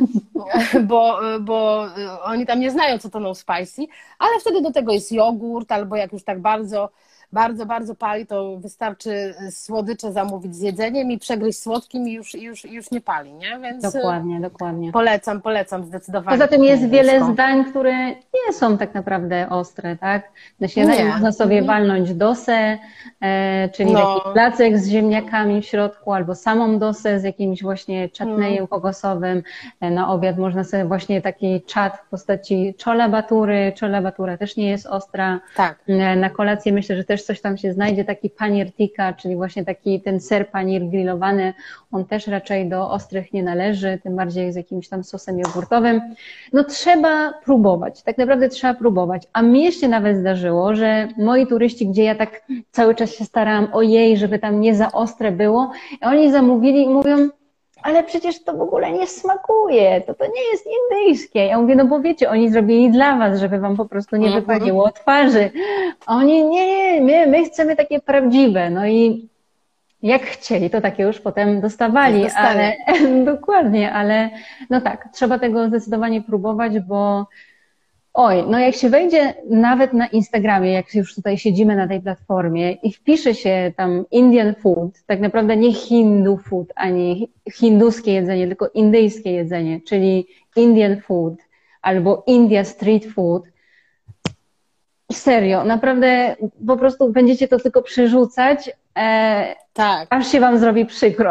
bo, bo oni tam nie znają, co to no spicy, ale wtedy do tego jest jogurt, albo jak już tak bardzo bardzo, bardzo pali, to wystarczy słodycze zamówić z jedzeniem i przegryźć słodkim i już, już, już nie pali, nie? Więc dokładnie, dokładnie. Polecam, polecam zdecydowanie. Poza tym jest wiele zdań, które nie są tak naprawdę ostre, tak? Na śniadanie można sobie walnąć dosę, e, czyli no. taki placek z ziemniakami w środku, albo samą dosę z jakimś właśnie czatnejem hmm. kokosowym. Na obiad można sobie właśnie taki czat w postaci czola batury. Czola batura też nie jest ostra. Tak. Na kolację myślę, że też coś tam się znajdzie, taki panir tikka, czyli właśnie taki ten ser panir grillowany, on też raczej do ostrych nie należy, tym bardziej z jakimś tam sosem jogurtowym. No trzeba próbować, tak naprawdę trzeba próbować. A mnie się nawet zdarzyło, że moi turyści, gdzie ja tak cały czas się starałam, ojej, żeby tam nie za ostre było, oni zamówili i mówią, ale przecież to w ogóle nie smakuje, to to nie jest indyjskie. Ja mówię, no bo wiecie, oni zrobili dla was, żeby wam po prostu nie wypaliło twarzy. A oni, nie, nie, my, my chcemy takie prawdziwe. No i jak chcieli, to takie już potem dostawali, ale dokładnie, ale no tak, trzeba tego zdecydowanie próbować, bo oj, no jak się wejdzie nawet na Instagramie, jak już tutaj siedzimy na tej platformie i wpisze się tam Indian food, tak naprawdę nie Hindu food, ani hinduskie jedzenie, tylko indyjskie jedzenie, czyli Indian food albo India street food. Serio, naprawdę po prostu będziecie to tylko przerzucać, e, tak. aż się wam zrobi przykro.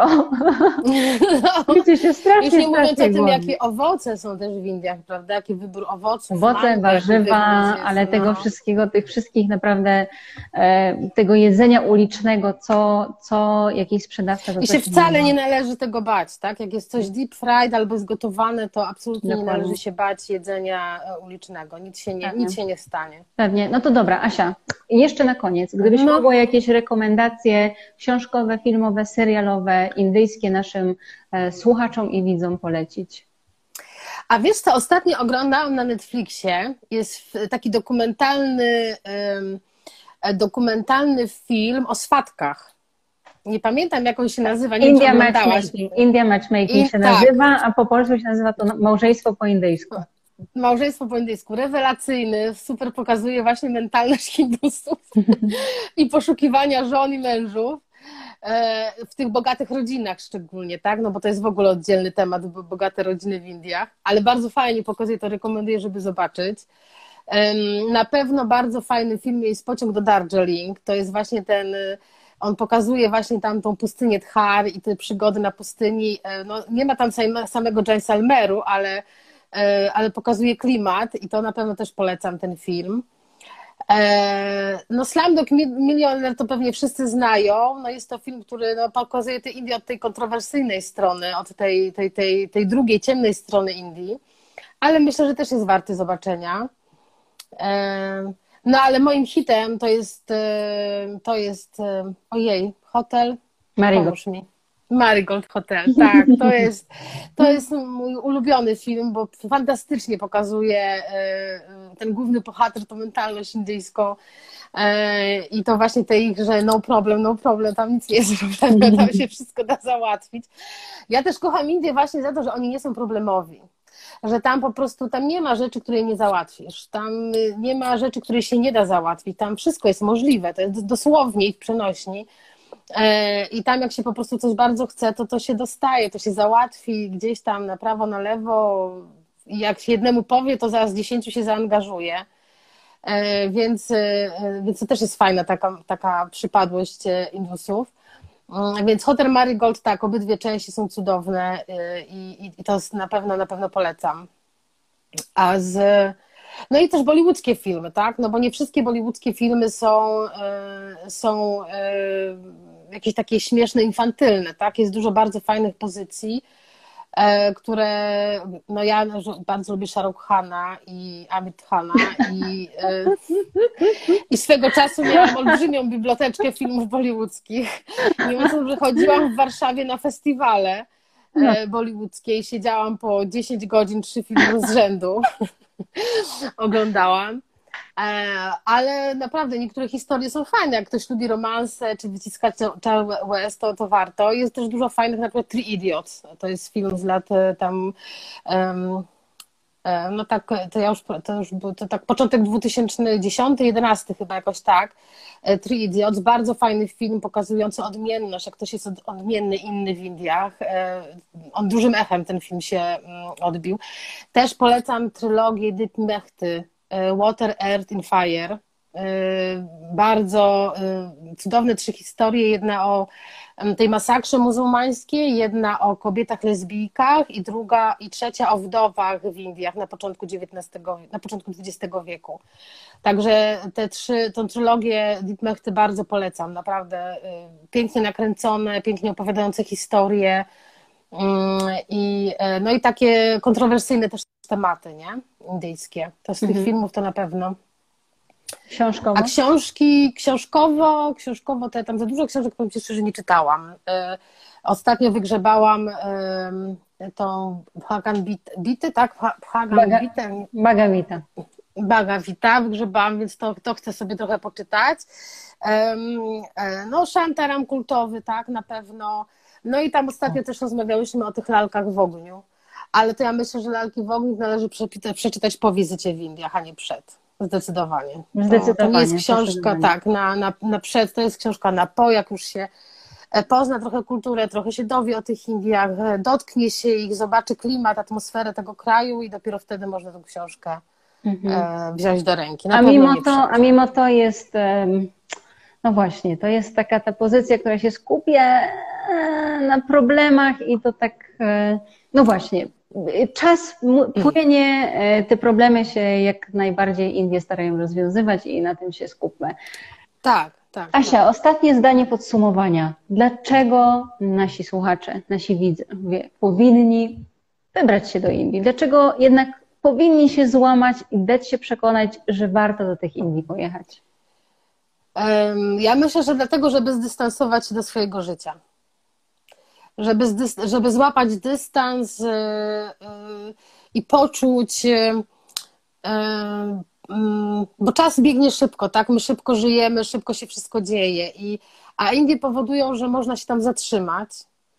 No, się strasznie, już nie mówiąc o tym, głodni. Jakie owoce są też w Indiach, prawda? Jaki wybór owoców. Owoce, mango, warzywa, ale no. tego wszystkiego, tych wszystkich naprawdę e, tego jedzenia ulicznego, co, co jakiś sprzedawca... I się wcale nie należy tego bać, tak? Jak jest coś deep fried albo zgotowane, to absolutnie Dokładnie. nie należy się bać jedzenia ulicznego. Nic się nie, nic się nie stanie. Pewnie. No to dobra, Asia, jeszcze na koniec, gdybyś no. mogła jakieś rekomendacje książkowe, filmowe, serialowe, indyjskie naszym e, słuchaczom i widzom polecić? A wiesz co, ostatnio oglądałam na Netflixie, jest taki dokumentalny, um, dokumentalny film o swatkach. Nie pamiętam, jak on się nazywa, nie India wiem, czy oglądałaś. Matchmaking, India Matchmaking I, się tak. nazywa, a po polsku się nazywa to Małżeństwo po indyjsku. Małżeństwo po indyjsku, rewelacyjny, super pokazuje właśnie mentalność Hindusów i poszukiwania żon i mężów w tych bogatych rodzinach szczególnie, tak? No bo to jest w ogóle oddzielny temat, bogate rodziny w Indiach, ale bardzo fajnie pokazuje, to rekomenduję, żeby zobaczyć. Na pewno bardzo fajny film jest Pociąg do Darjeeling, to jest właśnie ten, on pokazuje właśnie tam tą pustynię Thar i te przygody na pustyni, no nie ma tam samego Jaisalmeru, ale ale pokazuje klimat i to na pewno też polecam ten film. No Slumdog Millionaire to pewnie wszyscy znają, no jest to film, który no, pokazuje tę Indię od tej kontrowersyjnej strony, od tej, tej, tej, tej drugiej, ciemnej strony Indii, ale myślę, że też jest warty zobaczenia. No ale moim hitem to jest, to jest ojej, Hotel, pomóż mi. Marigold Hotel, tak, to jest, to jest mój ulubiony film, bo fantastycznie pokazuje ten główny bohater, tą mentalność indyjską i to właśnie tej ich, że no problem, no problem, tam nic nie jest problem, tam się wszystko da załatwić. Ja też kocham Indię właśnie za to, że oni nie są problemowi, że tam po prostu, tam nie ma rzeczy, której nie załatwisz, tam nie ma rzeczy, której się nie da załatwić, tam wszystko jest możliwe, to jest dosłownie i w przenośni. I tam jak się po prostu coś bardzo chce, to to się dostaje, to się załatwi gdzieś tam na prawo, na lewo. I jak się jednemu powie, to zaraz dziesięciu się zaangażuje. Więc, więc to też jest fajna taka, taka przypadłość Indusów. Więc Hotel Marigold, tak, obydwie części są cudowne i, i to na pewno, na pewno polecam. A z... No i też bollywoodzkie filmy, tak? No bo nie wszystkie bollywoodzkie filmy są, są jakieś takie śmieszne, infantylne, tak? Jest dużo bardzo fajnych pozycji, które, no ja bardzo lubię Shahrukh Khana i Amit Khana i, i swego czasu miałam olbrzymią biblioteczkę filmów bollywoodzkich. Nie wiem, że chodziłam w Warszawie na festiwale no. bollywoodzkie i siedziałam po dziesięć godzin, trzy filmy z rzędu oglądałam. Ale naprawdę niektóre historie są fajne. Jak ktoś lubi romanse, czy wyciskać Child West, to, to warto. Jest też dużo fajnych, na przykład Three Idiots. To jest film z lat tam um, no tak, to ja już, to już był to tak początek dwa tysiące dziesiąty, jedenasty chyba jakoś tak. Three Idiots, bardzo fajny film pokazujący odmienność, jak ktoś jest odmienny, inny w Indiach. On dużym echem ten film się odbił. Też polecam trylogię Deep Mehty, Water, Earth and Fire. Bardzo cudowne trzy historie. Jedna o tej masakrze muzułmańskiej, jedna o kobietach lesbijkach i druga i trzecia o wdowach w Indiach na początku dziewiętnastego, na początku dwudziestego wieku. Także te trzy, tą trylogię Deep Mehty bardzo polecam. Naprawdę pięknie nakręcone, pięknie opowiadające historie i, no i takie kontrowersyjne też tematy, nie? Indyjskie. To z tych mhm. filmów to na pewno. Książkowo? A książki, książkowo, książkowo to ja tam za dużo książek, powiem Ci szczerze, nie czytałam. Ostatnio wygrzebałam tą Bhagavad-gitę, tak? Bhagavad-gitę. Bhagavad-gita. Bhagavad-gita wygrzebałam, więc to, to chcę sobie trochę poczytać. No, Shantaram kultowy, tak, na pewno. No i tam ostatnio też rozmawiałyśmy o tych lalkach w ogniu. Ale to ja myślę, że lalki w ogniu należy przeczytać po wizycie w Indiach, a nie przed. Zdecydowanie. Zdecydowanie. To, to nie jest książka tak, na, na, na przed, to jest książka na po, jak już się pozna trochę kulturę, trochę się dowie o tych Indiach, dotknie się ich, zobaczy klimat, atmosferę tego kraju i dopiero wtedy można tę książkę mhm. wziąć do ręki. Na a, mimo to, a mimo to jest, no właśnie, to jest taka ta pozycja, która się skupia na problemach i to tak, no właśnie, czas płynie, te problemy się jak najbardziej Indie starają rozwiązywać i na tym się skupmy. Tak, tak. Asia, tak. Ostatnie zdanie podsumowania. Dlaczego nasi słuchacze, nasi widzowie powinni wybrać się do Indii? Dlaczego jednak powinni się złamać i dać się przekonać, że warto do tych Indii pojechać? Ja myślę, że dlatego, żeby zdystansować się do swojego życia. Żeby, żeby złapać dystans yy, yy, i poczuć, yy, yy, bo czas biegnie szybko, tak? My szybko żyjemy, szybko się wszystko dzieje, i, a Indie powodują, że można się tam zatrzymać,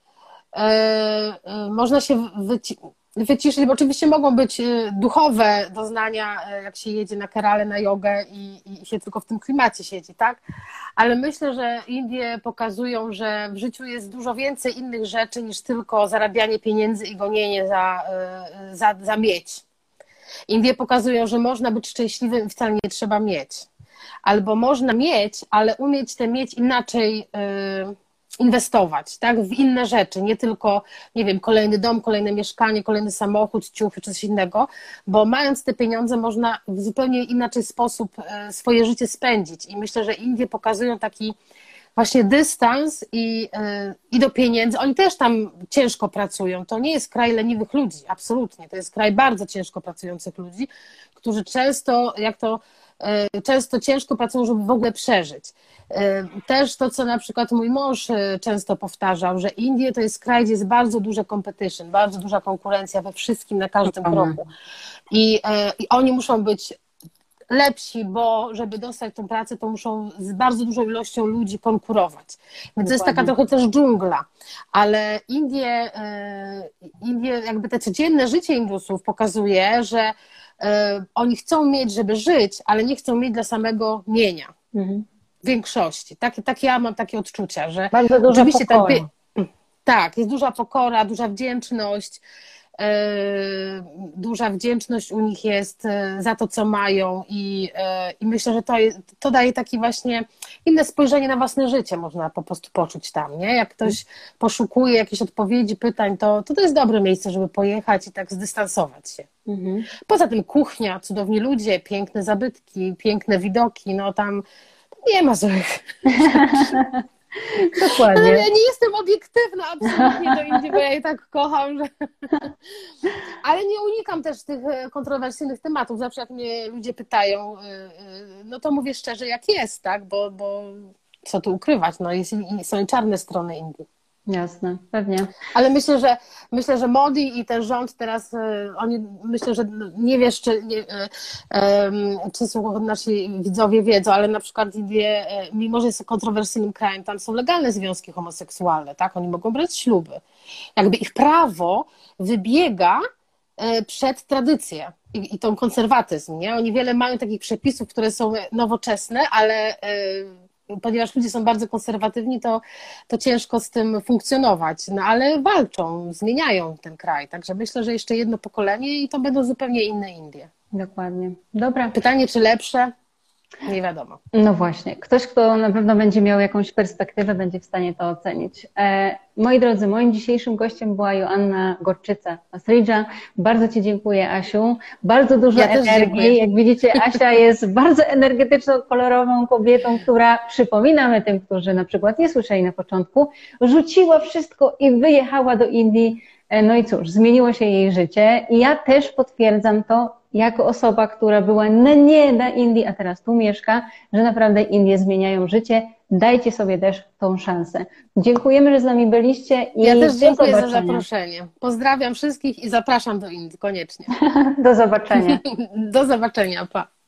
można się wyci wyciszyć, bo oczywiście mogą być duchowe doznania, jak się jedzie na Keralę, na jogę i, i się tylko w tym klimacie siedzi, tak? Ale myślę, że Indie pokazują, że w życiu jest dużo więcej innych rzeczy niż tylko zarabianie pieniędzy i gonienie za, za, za mieć. Indie pokazują, że można być szczęśliwym i wcale nie trzeba mieć. Albo można mieć, ale umieć tę mieć inaczej yy, inwestować, tak, w inne rzeczy, nie tylko, nie wiem, kolejny dom, kolejne mieszkanie, kolejny samochód, ciuchy czy coś innego, bo mając te pieniądze można w zupełnie inaczej sposób swoje życie spędzić i myślę, że Indie pokazują taki właśnie dystans i, i do pieniędzy. Oni też tam ciężko pracują, to nie jest kraj leniwych ludzi, absolutnie, to jest kraj bardzo ciężko pracujących ludzi, którzy często, jak to często ciężko pracują, żeby w ogóle przeżyć. Też to, co na przykład mój mąż często powtarzał, że Indie to jest kraj, gdzie jest bardzo duża competition, bardzo duża konkurencja we wszystkim, na każdym kroku. I, i oni muszą być lepsi, bo żeby dostać tę pracę, to muszą z bardzo dużą ilością ludzi konkurować. Więc Dokładnie. To jest taka trochę też dżungla. Ale Indie, Indie, jakby te codzienne życie Indusów pokazuje, że oni chcą mieć, żeby żyć, ale nie chcą mieć dla samego mienia. Mhm. W większości. Tak, tak ja mam takie odczucia, że bardzo duża pokora. Tam, tak, jest duża pokora, duża wdzięczność, yy, duża wdzięczność u nich jest za to, co mają i, yy, i myślę, że to, jest, to daje takie właśnie inne spojrzenie na własne życie, można po prostu poczuć tam, nie? Jak ktoś poszukuje jakichś odpowiedzi, pytań, to, to to jest dobre miejsce, żeby pojechać i tak zdystansować się. Mhm. Poza tym kuchnia, cudowni ludzie, piękne zabytki, piękne widoki, no tam nie ma złych. Dokładnie. Ale ja nie jestem obiektywna absolutnie do Indii, bo ja je tak kocham, że... Ale nie unikam też tych kontrowersyjnych tematów. Zawsze jak mnie ludzie pytają, no to mówię szczerze, jak jest, tak? Bo, bo co tu ukrywać, no jest, są i czarne strony Indii. Jasne, pewnie. Ale myślę, że myślę, że Modi i ten rząd teraz, oni myślę, że nie wiesz, czy, nie, czy nasi widzowie wiedzą, ale na przykład Indie, mimo że jest kontrowersyjnym krajem, tam są legalne związki homoseksualne, tak? Oni mogą brać śluby. Jakby ich prawo wybiega przed tradycję i, i tą konserwatyzm, nie? Oni wiele mają takich przepisów, które są nowoczesne, ale ponieważ ludzie są bardzo konserwatywni, to, to ciężko z tym funkcjonować, no ale walczą, zmieniają ten kraj, także myślę, że jeszcze jedno pokolenie i to będą zupełnie inne Indie. Dokładnie. Dobra. Pytanie, czy lepsze? Nie wiadomo. No właśnie. Ktoś, kto na pewno będzie miał jakąś perspektywę, będzie w stanie to ocenić. E, moi drodzy, moim dzisiejszym gościem była Joanna Gorczyca-Masridża. Bardzo Ci dziękuję, Asiu. Bardzo dużo ja energii. Jak widzicie, Asia jest bardzo energetyczną, kolorową kobietą, która, przypominamy tym, którzy na przykład nie słyszeli na początku, rzuciła wszystko i wyjechała do Indii. No i cóż, zmieniło się jej życie i ja też potwierdzam to jako osoba, która była na nie na Indii, a teraz tu mieszka, że naprawdę Indie zmieniają życie. Dajcie sobie też tą szansę. Dziękujemy, że z nami byliście. I ja też dziękuję za zaproszenie. Pozdrawiam wszystkich i zapraszam do Indii koniecznie. Do zobaczenia. Do zobaczenia, pa.